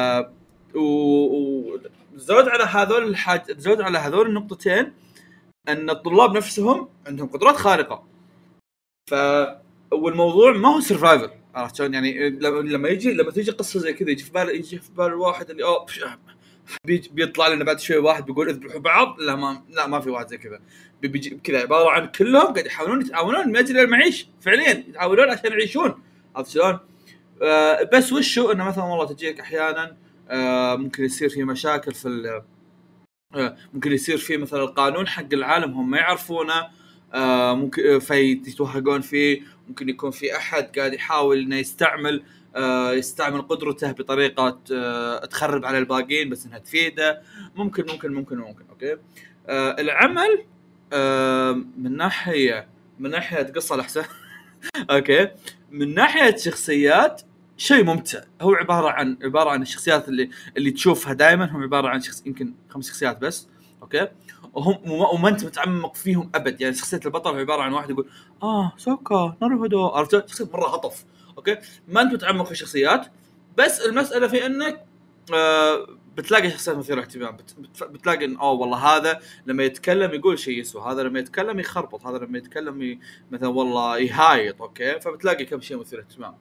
و زود على هذول الحاج زود على هذول النقطتين ان الطلاب نفسهم عندهم قدرات خارقه. ف والموضوع ما هو سرفايفل، عرفت شلون يعني لما يجي لما تيجي قصه زي كذا يجي في بال يجي في بال الواحد اللي اوه بيطلع لنا بعد شوي واحد بيقول اذبحوا بعض. لا ما لا ما في واحد زي كذا. بيجي كذا عباره عن كلهم قاعد يحاولون يتعاونون من اجل المعيش، فعليا يتعاونون عشان يعيشون. عرفت شلون؟ آه بس وشو انه مثلا والله تجيك احيانا آه ممكن يصير في مشاكل في آه ممكن يصير في مثلا القانون حق العالم هم ما يعرفونه. آه ممكن فيتوهقون فيه. ممكن يكون في احد قاعد يحاول انه يستعمل آه يستعمل قدرته بطريقه آه تخرب على الباقين بس انها تفيده. ممكن ممكن ممكن ممكن اوكي آه العمل آه من ناحيه من ناحيه قصه الاحسن اوكي من ناحيه شخصيات شيء ممتع. هو عباره عن عباره عن الشخصيات اللي اللي تشوفها دائما هم عباره عن شخص يمكن خمس شخصيات بس. اوكي وهم وما انت متعمق فيهم ابد. يعني شخصيه البطل عباره عن واحد يقول اه سوكا ناروهودو، عرفت؟ شخصيه مره هطف. اوكي ما انت متعمق في الشخصيات، بس المساله في انك آه بتلاقي شخصيات مثيره اهتمام. بت بتلاقي ان اه والله هذا لما يتكلم يقول شيء يسوى، هذا لما يتكلم يخربط، هذا لما يتكلم ي... مثلا والله يهايط. اوكي فبتلاقي كم شيء مثير اهتمام.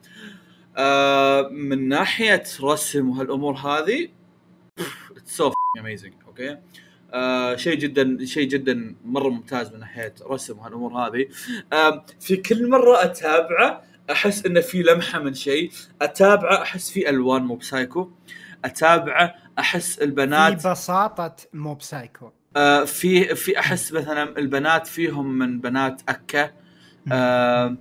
آه من ناحيه رسم وهالامور هذه اتس سو اميزنج. اوكي آه شيء جدا شيء جدا مره ممتاز من ناحيه رسم وهالامور هذه. آه في كل مره اتابعه احس انه في لمحه من شيء. اتابعه احس في الوان مو بسايكو. اتابعه احس البنات في بساطه مو بسايكو. آه في في احس مثلا البنات فيهم من بنات اكا آه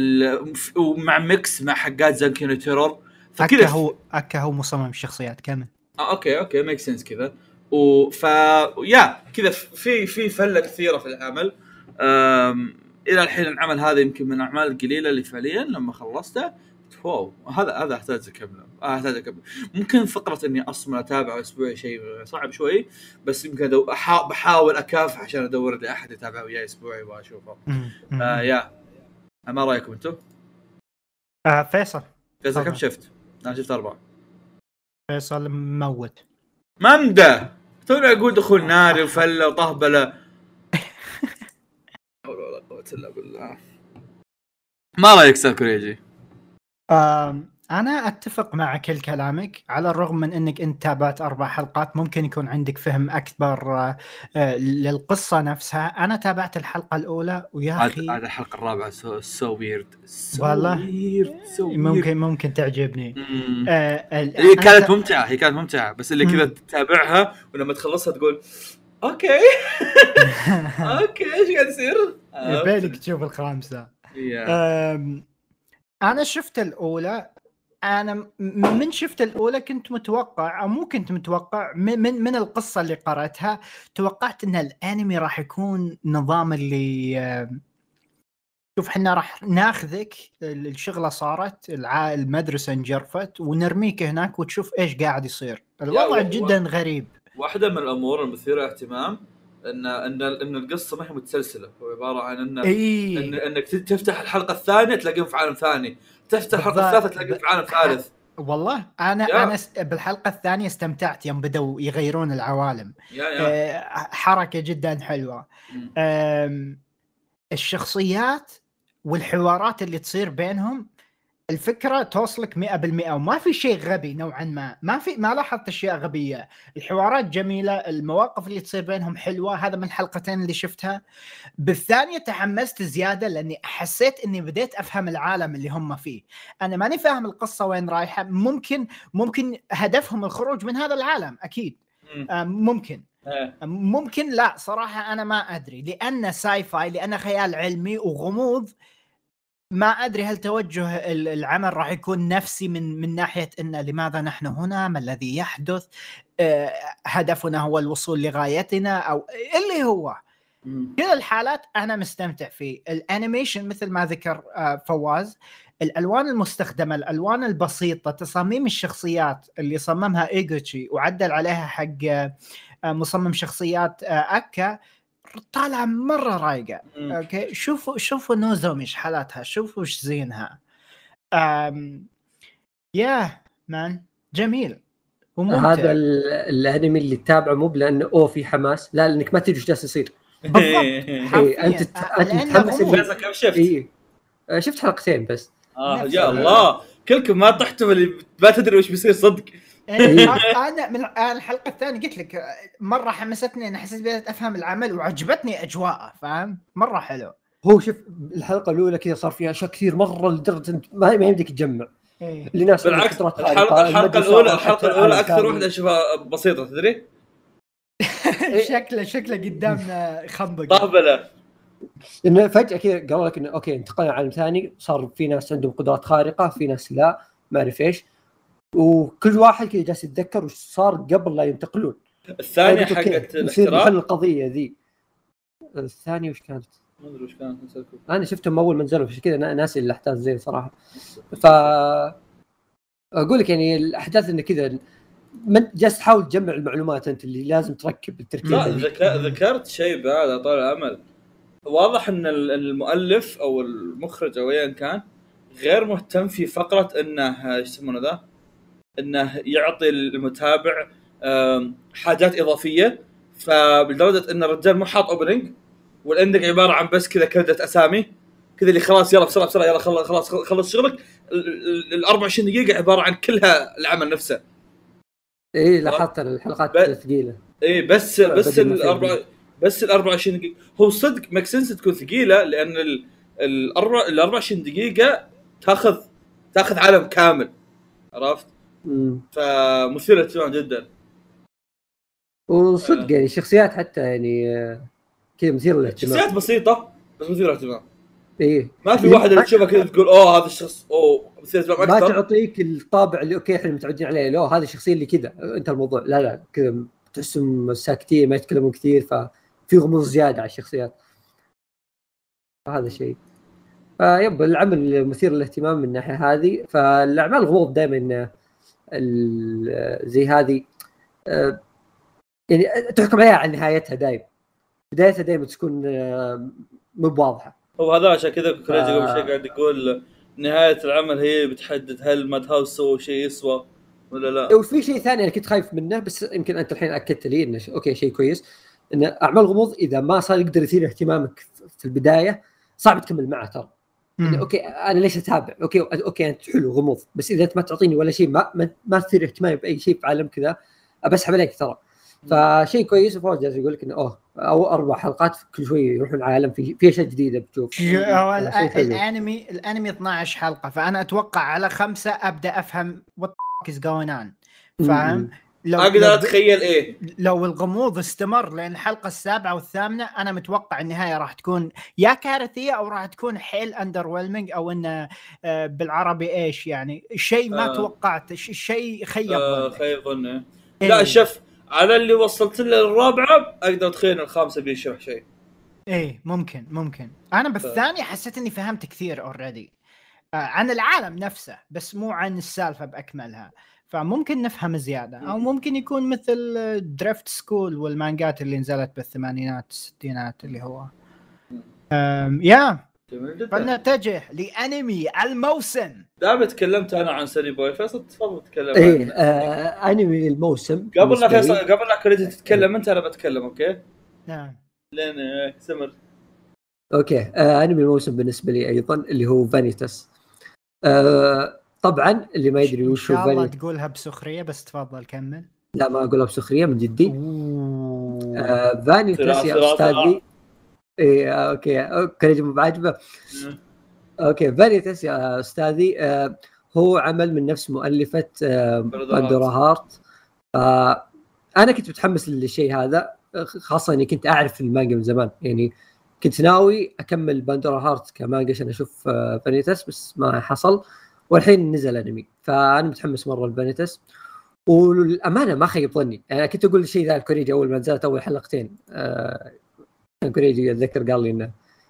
ومع ميكس مع حقات زنكينو تيرور. فكذا هو اكا هو مصمم الشخصيات كامل. آه اوكي اوكي ميك سنس كذا. وف يا كذا في في فله كثيره في العمل. الى الحين العمل هذا يمكن من الاعمال القليله اللي فعليا لما خلصته واو هذا هذا احتاج اكمله. احتاج اكمل. ممكن فقره اني اصلا اتابع اسبوعي شيء صعب شوي، بس يمكن دو... أحا... بحاول اكافح عشان ادور لي احد يتابع وياي اسبوعي واشوفه. آه يا ما رايكم انتم؟ آه فيصل فيصل كم شفت؟ انا شفت اربعه. فيصل موت ممدة تقول اقول دخول ناري وفله وطهبله. حول ولا قوه الا بالله. ما رايك ساكوريجي؟ أنا أتفق مع كل كلامك، على الرغم من أنك أنت تابعت أربع حلقات ممكن يكون عندك فهم أكبر للقصة نفسها. أنا تابعت الحلقة الأولى ويا أخي هذا الحلقة الرابعة سو سو ويرد والله ممكن ممكن تعجبني. آه هي كانت ممتعة هي كانت ممتعة بس اللي كذا تتابعها ولما تخلصها تقول أوكي أوكي إيش قاعد يصير؟ بالك تشوف الخامسة. أنا شفت الأولى. أنا من شفت الأولى كنت متوقع أو مو كنت متوقع من من القصة اللي قرأتها توقعت إن الأنمي راح يكون نظام اللي شوف احنا راح ناخذك الشغله صارت المدرسه انجرفت ونرميك هناك وتشوف ايش قاعد يصير. الوضع جدا و... غريب. واحده من الامور المثيره اهتمام ان ان ان القصه ما هي متسلسله، هو عباره عن ان إيه؟ إن انك تفتح الحلقه الثانيه تلاقيهم في عالم ثاني، تفتح الحلقه الثالثه تلاقيهم في عالم ثالث. والله انا يا. انا بالحلقه الثانيه استمتعت يوم بدوا يغيرون العوالم. يا يا. حركه جدا حلوه. الشخصيات والحوارات اللي تصير بينهم، الفكرة توصلك مئة بالمئة وما في شيء غبي نوعا ما، ما في ما لاحظت أشياء غبية. الحوارات جميلة، المواقف اللي تصير بينهم حلوة. هذا من الحلقتين اللي شفتها. بالثانية تحمست زيادة لأني حسيت أني بديت أفهم العالم اللي هم فيه. أنا ماني فاهم القصة وين رايحة، ممكن ممكن هدفهم الخروج من هذا العالم أكيد. ممكن ممكن لا صراحة أنا ما أدري، لأن ساي فاي، لأن خيال علمي وغموض. ما أدري هل توجه العمل راح يكون نفسي من من ناحية إن لماذا نحن هنا، ما الذي يحدث، أه هدفنا هو الوصول لغايتنا، أو اللي هو كل الحالات أنا مستمتع فيه. الأنيميشن مثل ما ذكر أه فواز، الألوان المستخدمة، الألوان البسيطة، تصاميم الشخصيات اللي صممها إيغوتشي وعدل عليها حق أه مصمم شخصيات أه أكا، طالعة مرة رايقة. أوكي، شوفوا شوفوا نوزومي إيش حالاتها، شوفوا إيش زينها. أم... يا مان جميل وممتع. هذا الأنمي اللي تتابعه مو لأنه أوه في حماس، لا لأنك ما تدري إيش جالس يصير. بالضبط. إيه أنت أنت متحمس. اللي كم شفت؟ إيه شفت حلقتين بس. آه يا الله كلكم ما طحتوا اللي ما تدري وش بيصير صدق. انا من الحلقه الثانيه قلت لك مره حمستني، انا حسيت بديت افهم العمل وعجبتني اجواءه، فاهم؟ مره حلو. هو شوف الحلقه الاولى كذا صار فيها اشياء كثير مره لدرجه انت ما ما يمديك تجمع. إيه. لناس بالعكس الحلقه, الحلقة الاولى الحلقه الاولى اكثر واحده اشوفها بسيطه تدري. شكله شكله قدامنا خنبق طهبله، انه فجاه كذا قالوا لك انه اوكي انتقلنا عالم ثاني، صار في ناس عندهم قدرات خارقه، في ناس لا ما اعرف ايش، وكل واحد كذا جالس يتذكر وش صار قبل لا ينتقلون. الثانيه حقت الاحتراق القضيه ذي. الثانيه وش كانت؟ ما ادري وش كانت نسيتها. انا شفتهم اول ما نزلوا، في كذا ناسي الاحداث زي صراحه. ف اقول لك يعني الاحداث انه كذا من جالس تحاول تجمع المعلومات انت اللي لازم تركب التركيبه. لا ذكرت شيء بعد طال العمل، واضح ان المؤلف او المخرج او ايا كان غير مهتم في فقره انه ايش يسمونه ذا، انه يعطي المتابع حاجات اضافيه، فبالدرجه ان الرجال مو حاط اوبننج والاندنج عباره عن بس كذا كردة اسامي كذا اللي خلاص يلا بسرعه بسرعه يلا خلص خلاص خلص شغلك. ال أربعة وعشرين دقيقه عباره عن كلها العمل نفسه. ايه لاحظت الحلقات ثقيله. ايه بس بس الاربع بس ال أربعة وعشرين دقيقه هو صدق ماك سنس تكون ثقيله، لان ال ال أربعة وعشرين دقيقه تاخذ تاخذ عالم كامل، عرفت؟ امم فمثير اهتمام جدا. وصدق يعني الشخصيات حتى يعني كذا مثير للاهتمام، شخصيات بسيطه بس مثير اهتمام. ايه ما في واحد اللي تشوفه كذا تقول اوه هذا الشخص اوه مثير اهتمام اكثر، ما تعطيك الطابع اللي اوكي احنا متعودين عليه، لا هذه الشخصيه اللي كذا انت الموضوع لا لا كذا تحسهم ساكتين ما يتكلمون كثير، ففي غموض زياده على الشخصيات. هذا شيء فيب العمل مثير للاهتمام من الناحيه هذه. فالاعمال الغموض دائما زي هذه يعني تحكم عليها عن نهايتها، دائما بدايتها دائما تكون مو واضحه. هو هذا عشان كذا كريجي قبل شيء قاعد يقول نهايه العمل هي بتحدد هل ماد هاوس سوى شيء يسوى ولا لا. وفي شيء ثاني انا كنت خايف منه بس يمكن انت الحين اكدت لي انه اوكي شيء كويس، ان اعمال غموض اذا ما صار يقدر يثير اهتمامك في البدايه صعب تكمل معه ترى. إنه اوكي انا ليش اتابع؟ اوكي اوكي انت حلو غموض، بس اذا انت ما تعطيني ولا شيء ما ما, ما تثير اهتمامي باي شيء في عالم كذا ابسحب عليك ترى. فشيء كويس. وفوز جالس يقول لك انه اوه او اربع حلقات كل شوي يروحون عالم في في اشياء جديده بتشوف. الانمي الانمي اثناشر حلقه، فانا اتوقع على خمسه ابدا افهم what the fuck is going on، فاهم؟ لو اقدر اتخيل ايه لو الغموض استمر لين الحلقه السابعه والثامنه انا متوقع النهايه راح تكون يا كارثيه او راح تكون حيل اندر ويلمينج، او انه بالعربي ايش يعني شيء ما آه توقعت، شيء خيب آه خيب ظني. لا شوف على اللي وصلت له الرابعه اقدر اتخيل الخامسه بيشرح شيء. ايه ممكن ممكن انا بالثاني حسيت اني فهمت كثير اوريدي آه عن العالم نفسه بس مو عن السالفه باكملها، فممكن نفهم زياده او ممكن يكون مثل دريفت سكول والمانجات اللي نزلت بالثمانينات الستينات اللي هو أم يا فلنتجه لانمي الموسم. دام تكلمت انا عن سوني بوي، فيصل تفضل تتكلم. ايه آه انمي الموسم. قبل لا فيصل قبل لا كريدي تتكلم انت انا بتكلم. اوكي نعم لين سمر. اوكي آه انمي الموسم بالنسبه لي ايضا اللي هو فانيتاس. آه طبعا اللي ما يدري وش هو فانيتاس تقولها بسخريه بس تفضل كمل. لا ما اقولها بسخريه من جدي. آه فانيتاس يا استاذي. ايه اوكي كريدي مو بعجبه. اوكي فانيتاس يا استاذي آه هو عمل من نفس مؤلفه آه باندورا هارت. آه انا كنت متحمس للشيء هذا، خاصه اني كنت اعرف المانجا من زمان، يعني كنت ناوي اكمل باندورا هارت كمانجا عشان اشوف آه فانيتاس بس ما حصل، والحين نزل انمي فانا متحمس مره لفانيتاس. والامانه ما خيب ظني، انا كنت اقول الشيء ذا الكوريجي اول ما نزلت اول حلقتين. آه كوريجي اتذكر قال لي انه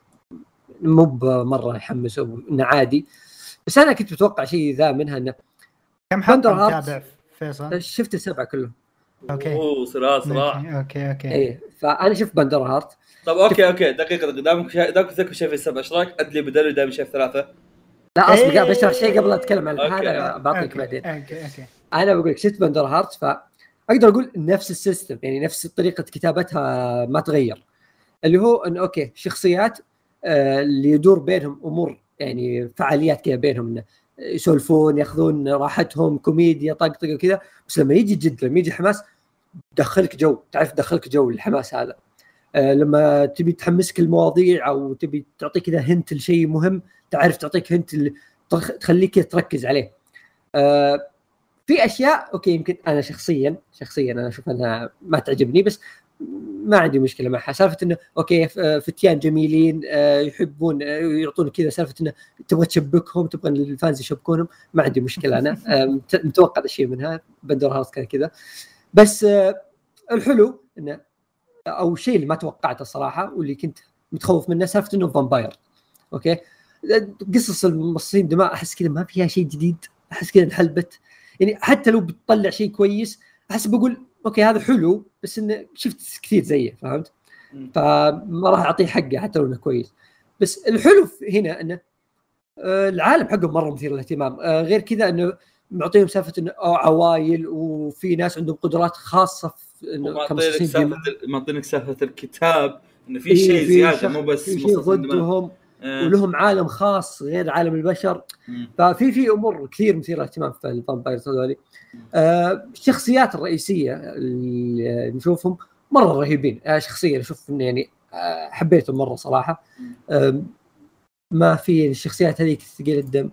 مو بمره يحمس او انه عادي، بس انا كنت متوقع شيء ذا منها. انه كم حلقه متابع فيصل؟ شفت السبعه كلهم. اوكي اوه صراحه صراحه اوكي اوكي ايه فانا شفت باندورا هارت. طب اوكي اوكي دقيقه دامك دامك ذكر شايف السبعه، ايش رايك ادلي بدل دائما شايف ثلاثه؟ لا اصبر قاعد بشرح شيء قبل لا اتكلم عن هذا بعطيك بعدين. اوكي اوكي انا بقول لك شفت باندورا هارت فاقدر اقول نفس السيستم، يعني نفس طريقه كتابتها ما تغير، اللي هو انه اوكي شخصيات آه اللي يدور بينهم امور يعني فعاليات كذا بينهم، انه يسولفون ياخذون راحتهم كوميديا طقطقه وكذا، بس لما يجي جد لما يجي حماس دخلك جو، تعرف دخلك جو الحماس هذا. آه لما تبي تحمسك المواضيع او تبي تعطيك كذا هنت لشيء مهم، تعرف تعطيك هنت تخليك تركز عليه. آه في اشياء اوكي يمكن انا شخصيا شخصيا انا اشوف انها ما تعجبني، بس ما عندي مشكله معها. سالفه انه اوكي فتيان جميلين يحبون يعطون كذا، سالفه انه تبغى تشبكهم تبغى الفانز يشبكونهم، ما عندي مشكله. انا متوقع الشيء منها. بندور هارت كان كذا، بس الحلو انه او الشيء اللي ما توقعته الصراحه واللي كنت متخوف منه سالفه انه فامباير. اوكي قصص المصاصين دماء احس كذا ما فيها شيء جديد، احس كذا انحلبت، يعني حتى لو بتطلع شيء كويس احس بقول اوكي هذا حلو بس انه شفت كثير زيه، فهمت؟ فما راح اعطيه حقه حتى لو انه كويس. بس الحلو هنا انه العالم حقه مره مثير للاهتمام، غير كذا انه معطيهم سالفه انه عوائل وفي ناس عندهم قدرات خاصه انه كمصاصين معطينك سالفه الكتاب انه في شيء زياده مو بس ضدهم آه. ولهم عالم خاص غير عالم البشر. مم. ففي في امور كثير مثيره للاهتمام في الفامبايرز هذولي. آه الشخصيات الرئيسيه اللي نشوفهم مره رهيبين. آه شخصيا اشوف انه يعني آه حبيتهم مره صراحه. آه ما في الشخصيات هذيك ثقيل الدم.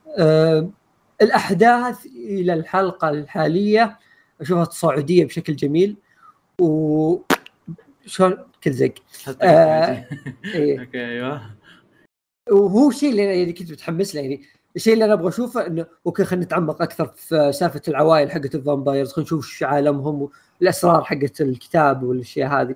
آه الاحداث الى الحلقه الحاليه اشوفها تصاعديه بشكل جميل و شلون كل زق. آه إيه. اوكي ايوه وهو شيء اللي يعني كنت متحمس له، يعني الشيء اللي انا ابغى اشوفه انه اوكي خلينا نتعمق اكثر في سالفه العوائل حقت الفامبايرز، خلينا نشوف ايش عالمهم والاسرار حقت الكتاب والاشياء هذه.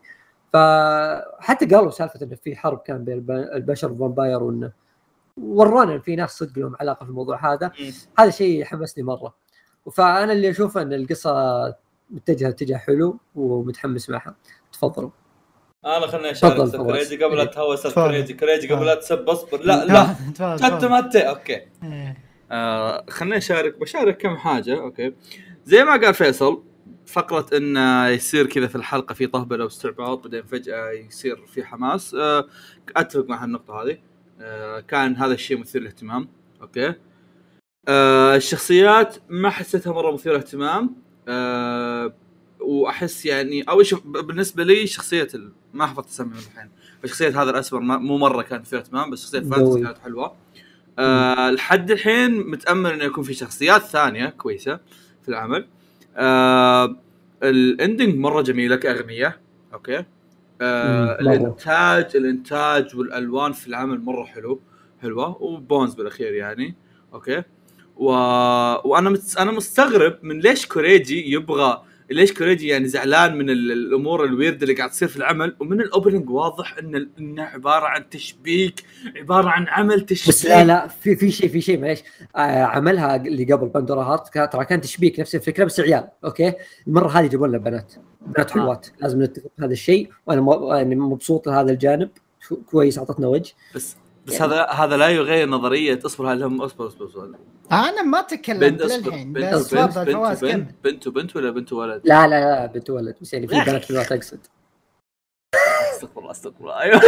فحتى قالوا سالفه انه في حرب كان بين البشر والفامباير، وانه ورونا في ناس صدق لهم علاقه في الموضوع هذا. م. هذا شيء حمسني مره، فانا اللي اشوفه ان القصه متجهه اتجاه حلو ومتحمس معها. تفضلوا. انا خلنا اشارك كريجي قبل لا تهوس كريجي كريجي قبل لا تسب اصبر لا لا حتى ما ت اوكي آه خلنا اشارك بشارك كم حاجه. اوكي زي ما قال فيصل فقره انه يصير كذا في الحلقه في طهبله واستعباط بعدين فجاه يصير في حماس. آه اتفق مع هالنقطه هذه. آه كان هذا الشيء مثير للاهتمام. اوكي آه الشخصيات ما حسيتها مره مثيره اهتمام. آه واحس يعني اول شيء بالنسبه لي شخصيه ال... ما حفظت اسمي الحين، فشخصيه هذا الاسمر مو مره كانت فيها اهتمام، بس شخصيه فانتسي كانت حلوه. آه لحد الحين متامل انه يكون في شخصيات ثانيه كويسه في العمل. آه الاندنج مره جميله كاغنيه. اوكي آه الانتاج الانتاج والالوان في العمل مره حلو حلوه وبونز بالاخير يعني. اوكي و... وانا مت... انا مستغرب من ليش كوريجي يبغى ليش كوريجي يعني زعلان من الامور الويرد اللي قاعد تصير في العمل، ومن الاوبننج واضح ان انه عباره عن تشبيك، عباره عن عمل تشبيك. بس لا لا في في شيء في شيء معليش، آه عملها اللي قبل باندورا هارت ترى كان تشبيك نفس الفكره بس عيال. اوكي المره هذه جابوا لنا بنات بنات حلوات. آه. لازم نتفق هذا الشيء، وانا يعني مبسوط لهذا الجانب كويس، اعطتنا وجه. بس بس يعني هذا هذا لا يغير نظريه اصبر هلهم اصبر اصبر, أصبر. انا ما تكلمت للحين بس تفضل فواز كمل. بنت وبنت ولا بنت وولد؟ لا لا لا بنت وولد بس يعني في بنات حلوات اقصد. استغفر الله استغفر الله. ايوه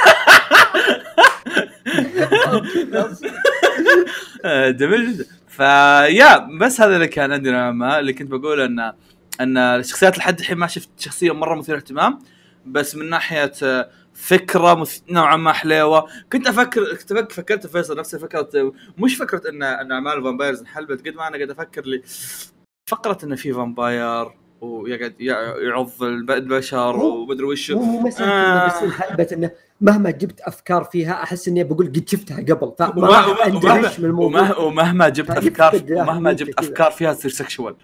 جميل جدا. فيا بس هذا اللي كان عندي نوعا ما، اللي كنت بقول ان ان الشخصيات لحد الحين ما شفت شخصيه مره مثيره اهتمام، بس من ناحيه فكره نوعا ما حلوه. كنت افكر كنت فكرت فيصل نفس فكره، مش فكره ان ان اعمال فامبايرز انحلبت، قد ما انا قاعد افكر لي فقره ان في فامباير ويقعد يعض البشر ومدري وش. مو مسألة آه. بس انحلبت انه مهما جبت افكار فيها احس اني بقول قد شفتها قبل، فما اندهش من الموضوع. ومهما جبت افكار ومهما جبت افكار فيها تصير سكشوال.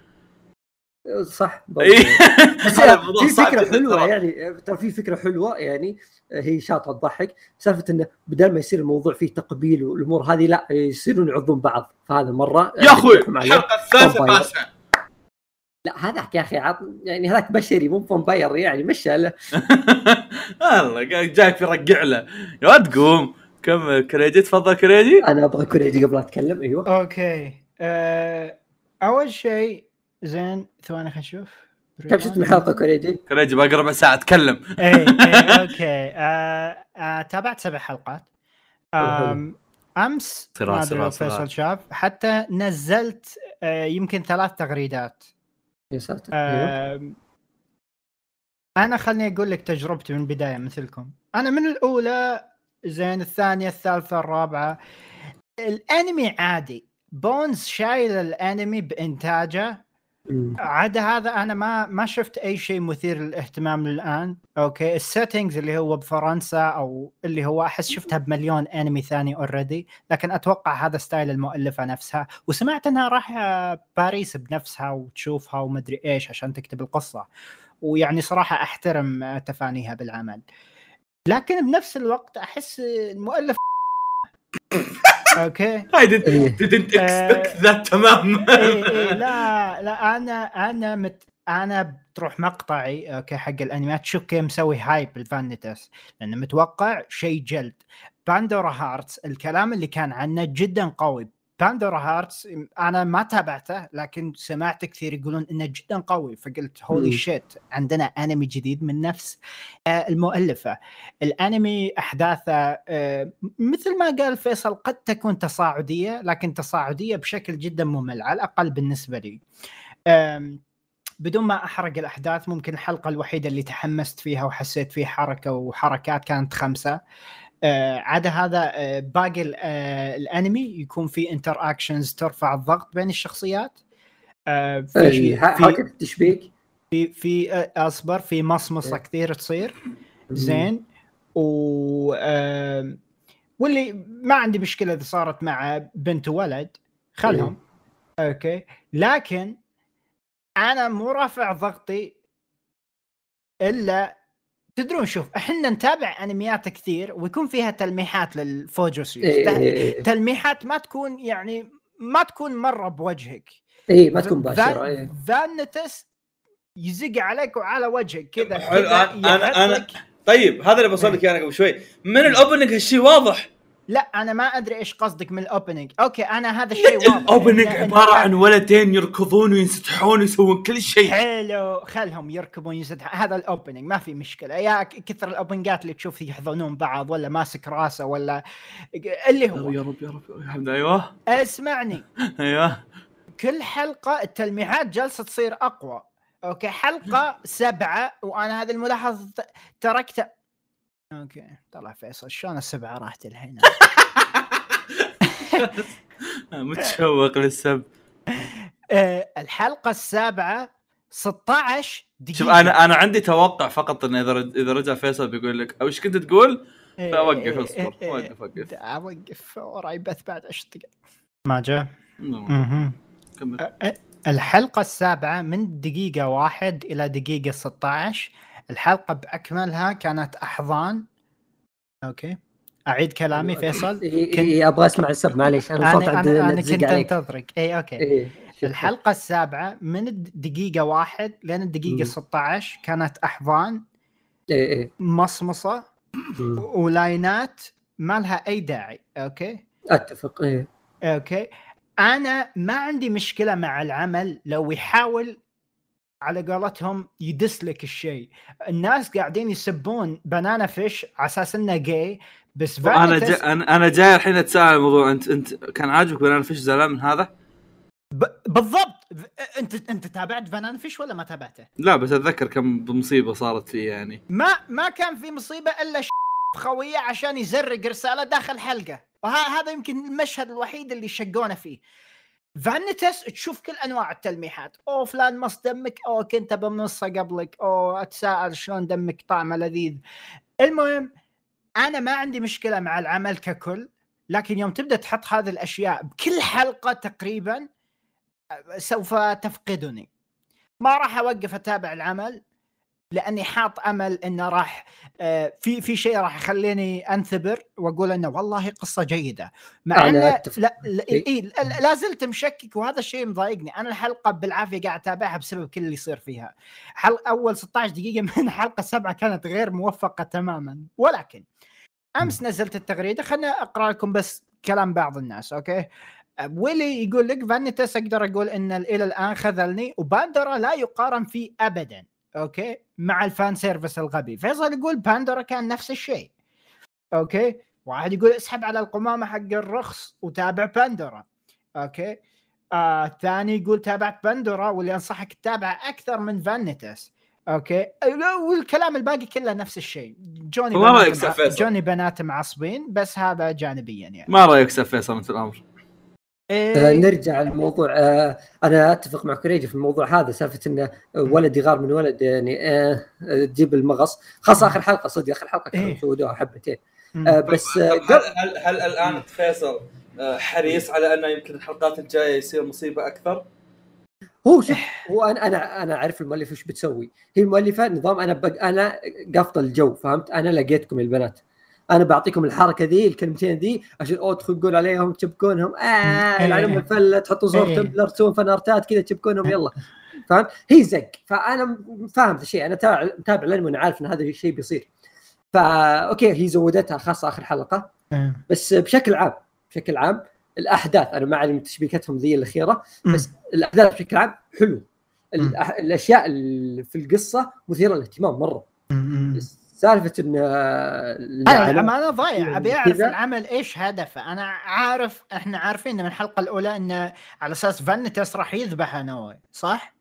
صح بس في فكره حلوه يعني، ترى في فكره حلوه يعني هي شاطره تضحك. سالفه انه بدل ما يصير الموضوع فيه تقبيل والامور هذه، لا يصيرون يعضون بعض. فهذا مره يا اخوي الحلقه الثالثه قاسمه. لا هذاك يا اخي عط... يعني هذاك بشري مو فامباير يعني مشى له. الله جاك يرجع له يا ولد. قوم كم كريدي تفضل كريدي. انا ابغى كريدي قبل لا اتكلم. ايوه اوكي أه... اول شيء زين ثواني خلينا نشوف كم شفت من حلقه كريدي. كريدي باقي ربع ساعه اتكلم. اي اي اوكي أه... أه... تابعت سبع حلقات. أم... امس ما ادري فيصل شاف حتى نزلت أه... يمكن ثلاث تغريدات. يا ساتر. أه... انا خلني اقول لك تجربتي من البدايه مثلكم. انا من الاولى زين، الثانيه الثالثه الرابعه الانمي عادي. بونز شايل الانمي بانتاجه. عدا هذا انا ما ما شفت اي شيء مثير للاهتمام الان. اوكي السيتنجز اللي هو بفرنسا او اللي هو احس شفتها بمليون انمي ثاني اوريدي، لكن اتوقع هذا ستايل المؤلفه نفسها. وسمعت انها راح باريس بنفسها وتشوفها ومدري ايش عشان تكتب القصه، ويعني صراحه احترم تفانيها بالعمل، لكن بنفس الوقت احس المؤلف اوكي I didn't, didn't expect that. تمام. إيه إيه لا لا انا انا مت انا بتروح مقطعي اوكي حق الانميات شوف كيف مسوي هايب الفانيتاس، لانه متوقع شيء جلد. باندورا هارتس الكلام اللي كان عنه جدا قوي. باندورا هارتس انا ما تابعته لكن سمعت كثير يقولون انه جدا قوي، فقلت هولي شيت عندنا انمي جديد من نفس آه المؤلفه. الانمي احداثه آه مثل ما قال فيصل قد تكون تصاعديه، لكن تصاعديه بشكل جدا ممل على الاقل بالنسبه لي. آه بدون ما احرق الاحداث، ممكن الحلقه الوحيده اللي تحمست فيها وحسيت فيه حركه وحركات كانت خمسة. آه عدا هذا آه باقي آه الانمي يكون في انتر اكشنز ترفع الضغط بين الشخصيات. آه في حركه التشبيك، في في آه اصبر في مصمصه كثير تصير زين. و آه واللي ما عندي مشكله اذا صارت مع بنت وولد خلهم اوكي، لكن انا مو رافع ضغطي الا تدرون. شوف احنا نتابع انميات كثير ويكون فيها تلميحات للفوجوسيوس. إيه تلميحات ما تكون يعني ما تكون مره بوجهك. اي ما تكون مباشره. اي فانتس يزق عليك وعلى وجهك كذا. انا انا طيب هذا اللي بوصل لك انا قبل شوي من الاوبننج. هالشيء واضح. لا انا ما ادري ايش قصدك من الاوبننج. اوكي انا هذا الشيء واضح. الاوبننج عباره عن ولدين يركضون وينسدحون ويسوون كل شيء. حلو خلهم يركبون ينسدحون، هذا الاوبننج ما في مشكله. يا كثر الاوبنجات اللي تشوف يحضنون بعض ولا ماسك راسه ولا اللي هو يا رب يا رب الحمد لله. ايوه اسمعني. ايوه كل حلقه التلميحات جالسه تصير اقوى. اوكي حلقه سبعة وانا هذه الملاحظه تركتها. اوكي طلع فيصل شلون السبعه راحت الحين. متشوق للسب. الحلقه السابعه ستة عشر دقيقه. شوف انا انا عندي توقع فقط ان اذا اذا رجع فيصل بيقول لك او ايش كنت تقول فوقف اصبر. وقف وقف اوقف وراي بث بعد عشر دقائق ما جاء. اها كمل. الحلقة السابعة من دقيقة واحد إلى دقيقة ستة عشر، الحلقة بأكملها كانت أحضان. أوكي أعيد كلامي فيصل. إيه إيه أبغى أسمع السب معليش أنا صوت أنا عند أنا, أنا كنت عليك. أنتظرك. إيه أوكي إيه الحلقة السابعة من الدقيقة واحد لين الدقيقة ستة عشر كانت أحضان، إيه إيه مصمصة ولاينات ما لها أي داعي. أوكي أتفق. إيه أوكي أنا ما عندي مشكلة مع العمل لو يحاول على قولتهم يدسلك الشيء. الناس قاعدين يسبون بنانا فيش على اساس انه جاي، بس انا جا انا انا جاي الحين اتساءل الموضوع. انت انت كان عاجبك بنانا فيش زعلان من هذا؟ ب... بالضبط. انت انت تابعت بنانا فيش ولا ما تابعته؟ لا بس اتذكر كم مصيبه صارت فيه يعني. ما ما كان في مصيبه الا ش... خويه عشان يزرق رساله داخل حلقه، وهذا يمكن المشهد الوحيد اللي شقونه فيه. فانيتس تشوف كل انواع التلميحات، او فلان مص دمك، او كنت بمصه قبلك، او اتساءل شلون دمك طعمه لذيذ. المهم انا ما عندي مشكله مع العمل ككل، لكن يوم تبدا تحط هذه الاشياء بكل حلقه تقريبا سوف تفقدني. ما راح اوقف اتابع العمل لاني حاط امل انه راح في في شيء راح يخليني انثبر واقول انه والله قصه جيده، مع انه لا, لا, لا, لا زلت مشكك، وهذا الشيء مضايقني. انا الحلقه بالعافيه قاعد اتابعها بسبب كل اللي يصير فيها. حلقه اول ستة عشر دقيقه من حلقه سبعة كانت غير موفقه تماما. ولكن امس نزلت التغريده، خلنا اقرا لكم بس كلام بعض الناس. اوكي ويلي يقول لك فانيتس اقدر اقول ان الى الان خذلني، وباندورا لا يقارن فيه ابدا. اوكي مع الفان سيرفيس الغبي. فيصل يقول باندورا كان نفس الشيء. اوكي واحد يقول اسحب على القمامه حق الرخص وتابع باندورا. اوكي آه ثاني يقول تابعت باندورا واللي انصحك تتابع اكثر من فانيتس. اوكي والكلام الباقي كله نفس الشيء. جوني ما رايك فيصل؟ جوني بنات معصبين بس هذا جانبيا يعني. ما رايك فيصل انت الامر؟ إيه؟ آه نرجع للموضوع. آه انا اتفق مع كوريجي في الموضوع هذا، سالفه انه ولد يغار من ولد يعني آه تجيب المغص، خاصه اخر حلقه صدق اخر حلقه كانوا سودوها حبتين. آه بس آه هل, هل هل الان فيصل آه حريص على انه يمكن الحلقات الجايه يصير مصيبه اكثر؟ هو شوف هو انا انا انا اعرف المؤلف ايش بتسوي. هي المؤلفه نظام انا بق... انا قافطه الجو، فهمت؟ انا لقيتكم البنات، انا بعطيكم الحركه ذي الكلمتين ذي عشان او تدخل تقول عليهم تبكونهم اه العلم الفله تحطوا صور تمبلر تسوون فنارتات كذا تبكونهم يلا، فهمت؟ هي زق. فانا فاهم الشيء، انا متابع الانمي وانا عارف ان هذا الشيء بيصير. فا اوكي هي زودتها خاصه اخر حلقه، بس بشكل عام بشكل عام الاحداث انا ما اعلم تشبيكتهم ذي الاخيره، بس الاحداث بشكل عام حلو. الاشياء اللي في القصه مثيره للاهتمام مره. سالفه ان انا انا ضايع ابي اعرف العمل ايش هدفه. انا عارف احنا عارفين من الحلقه الاولى انه على اساس فانيتس راح يذبح نوي، صح؟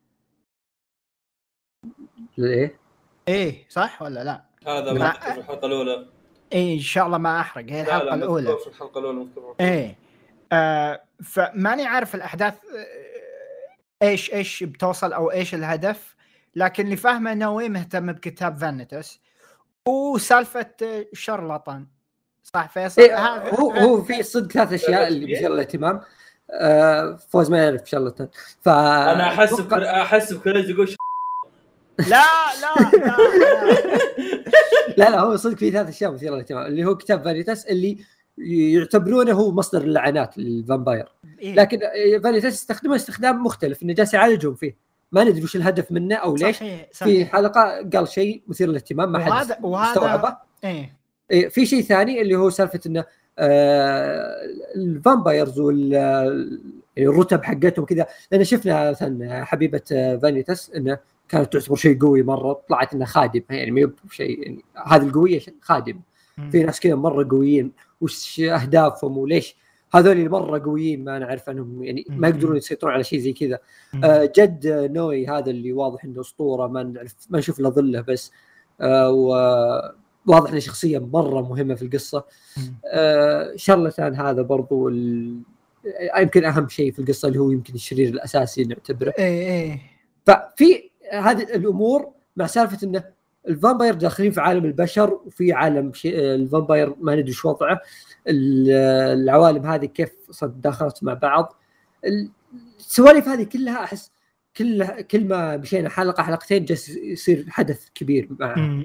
ليه؟ ايه صح ولا لا؟ هذا ما في الحلقه الاولى. ايه ان شاء الله ما احرق. هي الحلقه لا لا الاولى في الحلقه الاولى مذكور. ايه آه فماني عارف الاحداث ايش ايش بتوصل او ايش الهدف، لكن اللي فاهمه نوي مهتم بكتاب فانيتس وسالفه شارلطان، صح فيصل؟ إيه هو هو في صدق ثلاث اشياء اللي بيصير الاهتمام. آه فوز ما يعرف شارلطان. ف انا احس ب... احس بكريج يقول ش... لا لا لا لا لا هو صدق في ثلاث اشياء مثيره للاهتمام، اللي هو كتاب فانيتس اللي يعتبرونه هو مصدر اللعنات للفامباير، لكن فانيتس استخدمه استخدام مختلف انه جالس يعالجهم فيه، ما ندري وش الهدف منه او ليش. صحيح صحيح. في حلقه قال شيء مثير للاهتمام ما حد استوعبه. ايه. إيه في شيء ثاني اللي هو سالفه انه آه الفامبايرز والرتب حقتهم كذا، لان شفنا مثلا حبيبه فانيتس انه كانت تعتبر شيء قوي مره، طلعت انها خادم يعني ما شيء يعني هذه القويه خادم. في ناس كذا مره قويين وش اهدافهم وليش هذول مره قويين ما نعرف عنهم يعني ما يقدرون يسيطرون على شيء زي كذا. آه جد نوي هذا اللي واضح انه اسطوره ما نعرف ما نشوف له ظله، بس آه وواضح انه شخصيه مره مهمه في القصه. آه شارلتان هذا برضو ال... يمكن اهم شيء في القصه اللي هو يمكن الشرير الاساسي نعتبره. ايه ايه. ففي هذه الامور مع سالفه انه الفامباير داخلين في عالم البشر وفي عالم الفامباير ما ندري شو وضعه، العوالم هذه كيف صد دخلت مع بعض. السوالف هذه كلها احس كل كل ما مشينا حلقه حلقتين جالس يصير حدث كبير معه.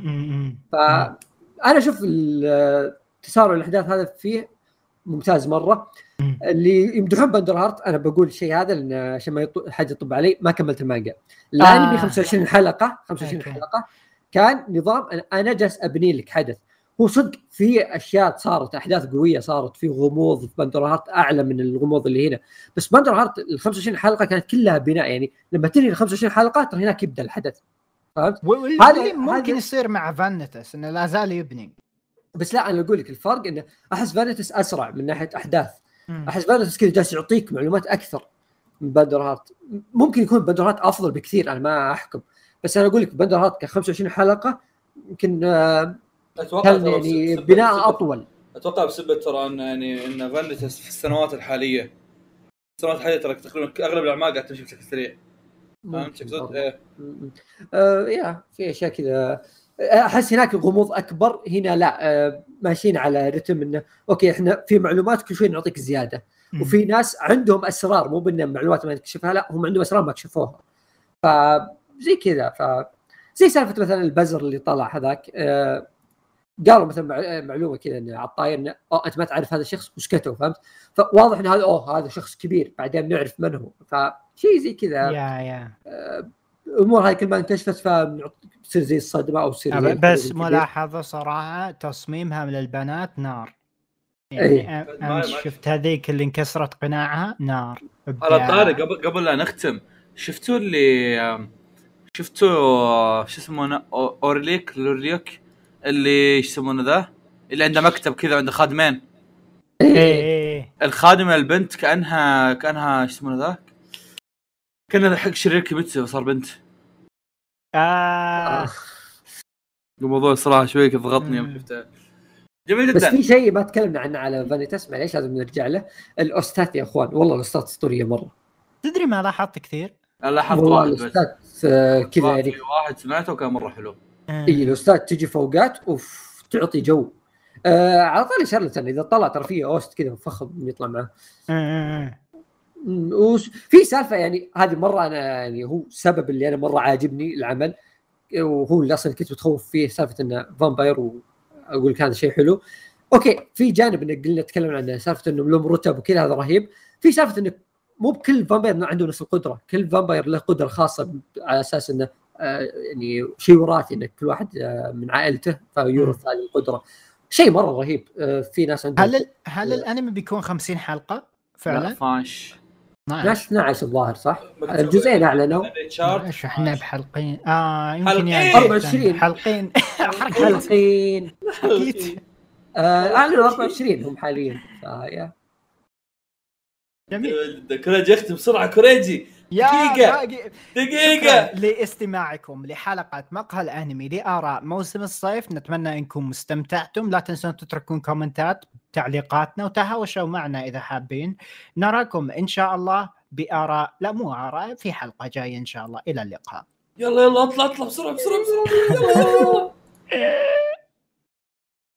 فانا اشوف تسارع الاحداث هذا فيه ممتاز مره. اللي يمدحون بندر هارت انا بقول الشيء هذا لان عشان ما يطو... حاجه تطب علي ما كملت المانجا. الانمي آه. خمسة وعشرين حلقه خمسة وعشرين أوكي. حلقه كان نظام انا جالس ابني لك حدث. هو صدق في اشياء صارت احداث قويه صارت في غموض في بندر هارت اعلى من الغموض اللي هنا. بس بندر هارت ال خمسة وعشرين حلقه كانت كلها بناء يعني لما تنهي ال خمسة وعشرين حلقه ترى هناك يبدا الحدث. فهمت؟ هذا ممكن هذا... يصير مع فانيتس انه لا زال يبني. بس لا انا اقول لك الفرق انه احس فانيتس اسرع من ناحيه احداث. احس فانيتس كذا جالس يعطيك معلومات اكثر من بندر هارت. ممكن يكون بندر هارت افضل بكثير انا ما احكم. بس انا اقول لك بندر هارت ك خمسة وعشرين حلقه يمكن اتوقع يعني بناء اطول. اتوقع بسبب ترى ان يعني ان فانيتس في السنوات الحاليه السنوات الحاليه ترى تقريبا اغلب الاعمال قاعده تمشي بشكل سريع. فهمت تقصد ايه؟ آه يا في اشياء كذا احس هناك غموض اكبر. هنا لا آه ماشيين على رتم انه اوكي احنا في معلومات كل شوي نعطيك زياده. م. وفي ناس عندهم اسرار مو بان معلومات ما نكشفها لا هم عندهم اسرار ما كشفوها. فزي كذا ف زي سالفه مثلا البزر اللي طلع هذاك آه قالوا مثلا معلومه كذا ان على الطاير انه انت ما تعرف هذا الشخص وسكتوا. فهمت؟ فواضح ان هذا اوه هذا شخص كبير بعدين نعرف من هو. فشيء زي كذا يا يا امور هاي كل ما انكشفت فتصير زي الصدمه او تصير بس ملاحظه صراحه تصميمها من البنات نار يعني. انا شفت هذيك اللي انكسرت قناعها نار. على طارق قبل قبل لا نختم شفتوا اللي شفتوا شو اسمه اورليك لوريوك اللي ايش يسمونه ذا اللي عنده مكتب كذا عنده خادمين. ايه الخادمه البنت كانها كانها ايش يسمونه ذاك كان حق شرير كيميتسو وصار بنت. اه الموضوع صراحه شوي ضغطني يوم شفته. جميل جدا. بس في شيء ما تكلمنا عنه على فانيتاس معليش لازم نرجع له. الاوستات يا اخوان والله الاوستات اسطوريه مره. تدري ما لاحظت كثير لاحظت واحد بس كذا يعني واحد سمعته كان مره حلو. اي الاوستات تجي فوقات اوف تعطي جو. آه على طاري شارلتون اذا طلع ترى فيه اوست كذا فخم يطلع معه. امم وفي سالفه يعني هذه مره انا يعني هو السبب اللي انا مره عاجبني العمل وهو اللي اصلا كنت متخوف فيه سالفه انه فامباير واقول لك هذا شيء حلو. اوكي في جانب انه قلنا نتكلم عنه سالفه انه لهم رتب وكذا هذا رهيب. في سالفه انه مو بكل فامباير عنده نفس القدره. كل فامباير له قدره خاصه على اساس انه آه يعني شيء وراثي انه كل واحد آه من عائلته فيورث هذه القدره. شيء مره رهيب. آه في ناس عندهم هل هل الانمي بيكون خمسين حلقه فعلا؟ فاش اثنا عشر الظاهر صح؟ الجزئين اعلنوا ايش احنا بحلقين اه يمكن يعني أربعة وعشرين حلقين حلقين حلقين اعلنوا أربعة وعشرين هم حاليا. فيا جميل. كوريجي اختم بسرعه كوريجي دقيقه دقيقه لاستماعكم لحلقه مقهى الانمي لاراء موسم الصيف. نتمنى انكم استمتعتم. لا تنسون تتركون كومنتات تعليقاتنا وتهاوشوا معنا اذا حابين. نراكم ان شاء الله باراء لا مو اراء في حلقه جايه ان شاء الله. الى اللقاء. يلا يلا اطلع اطلع بسرعه بسرعه بسرعه يلا يلا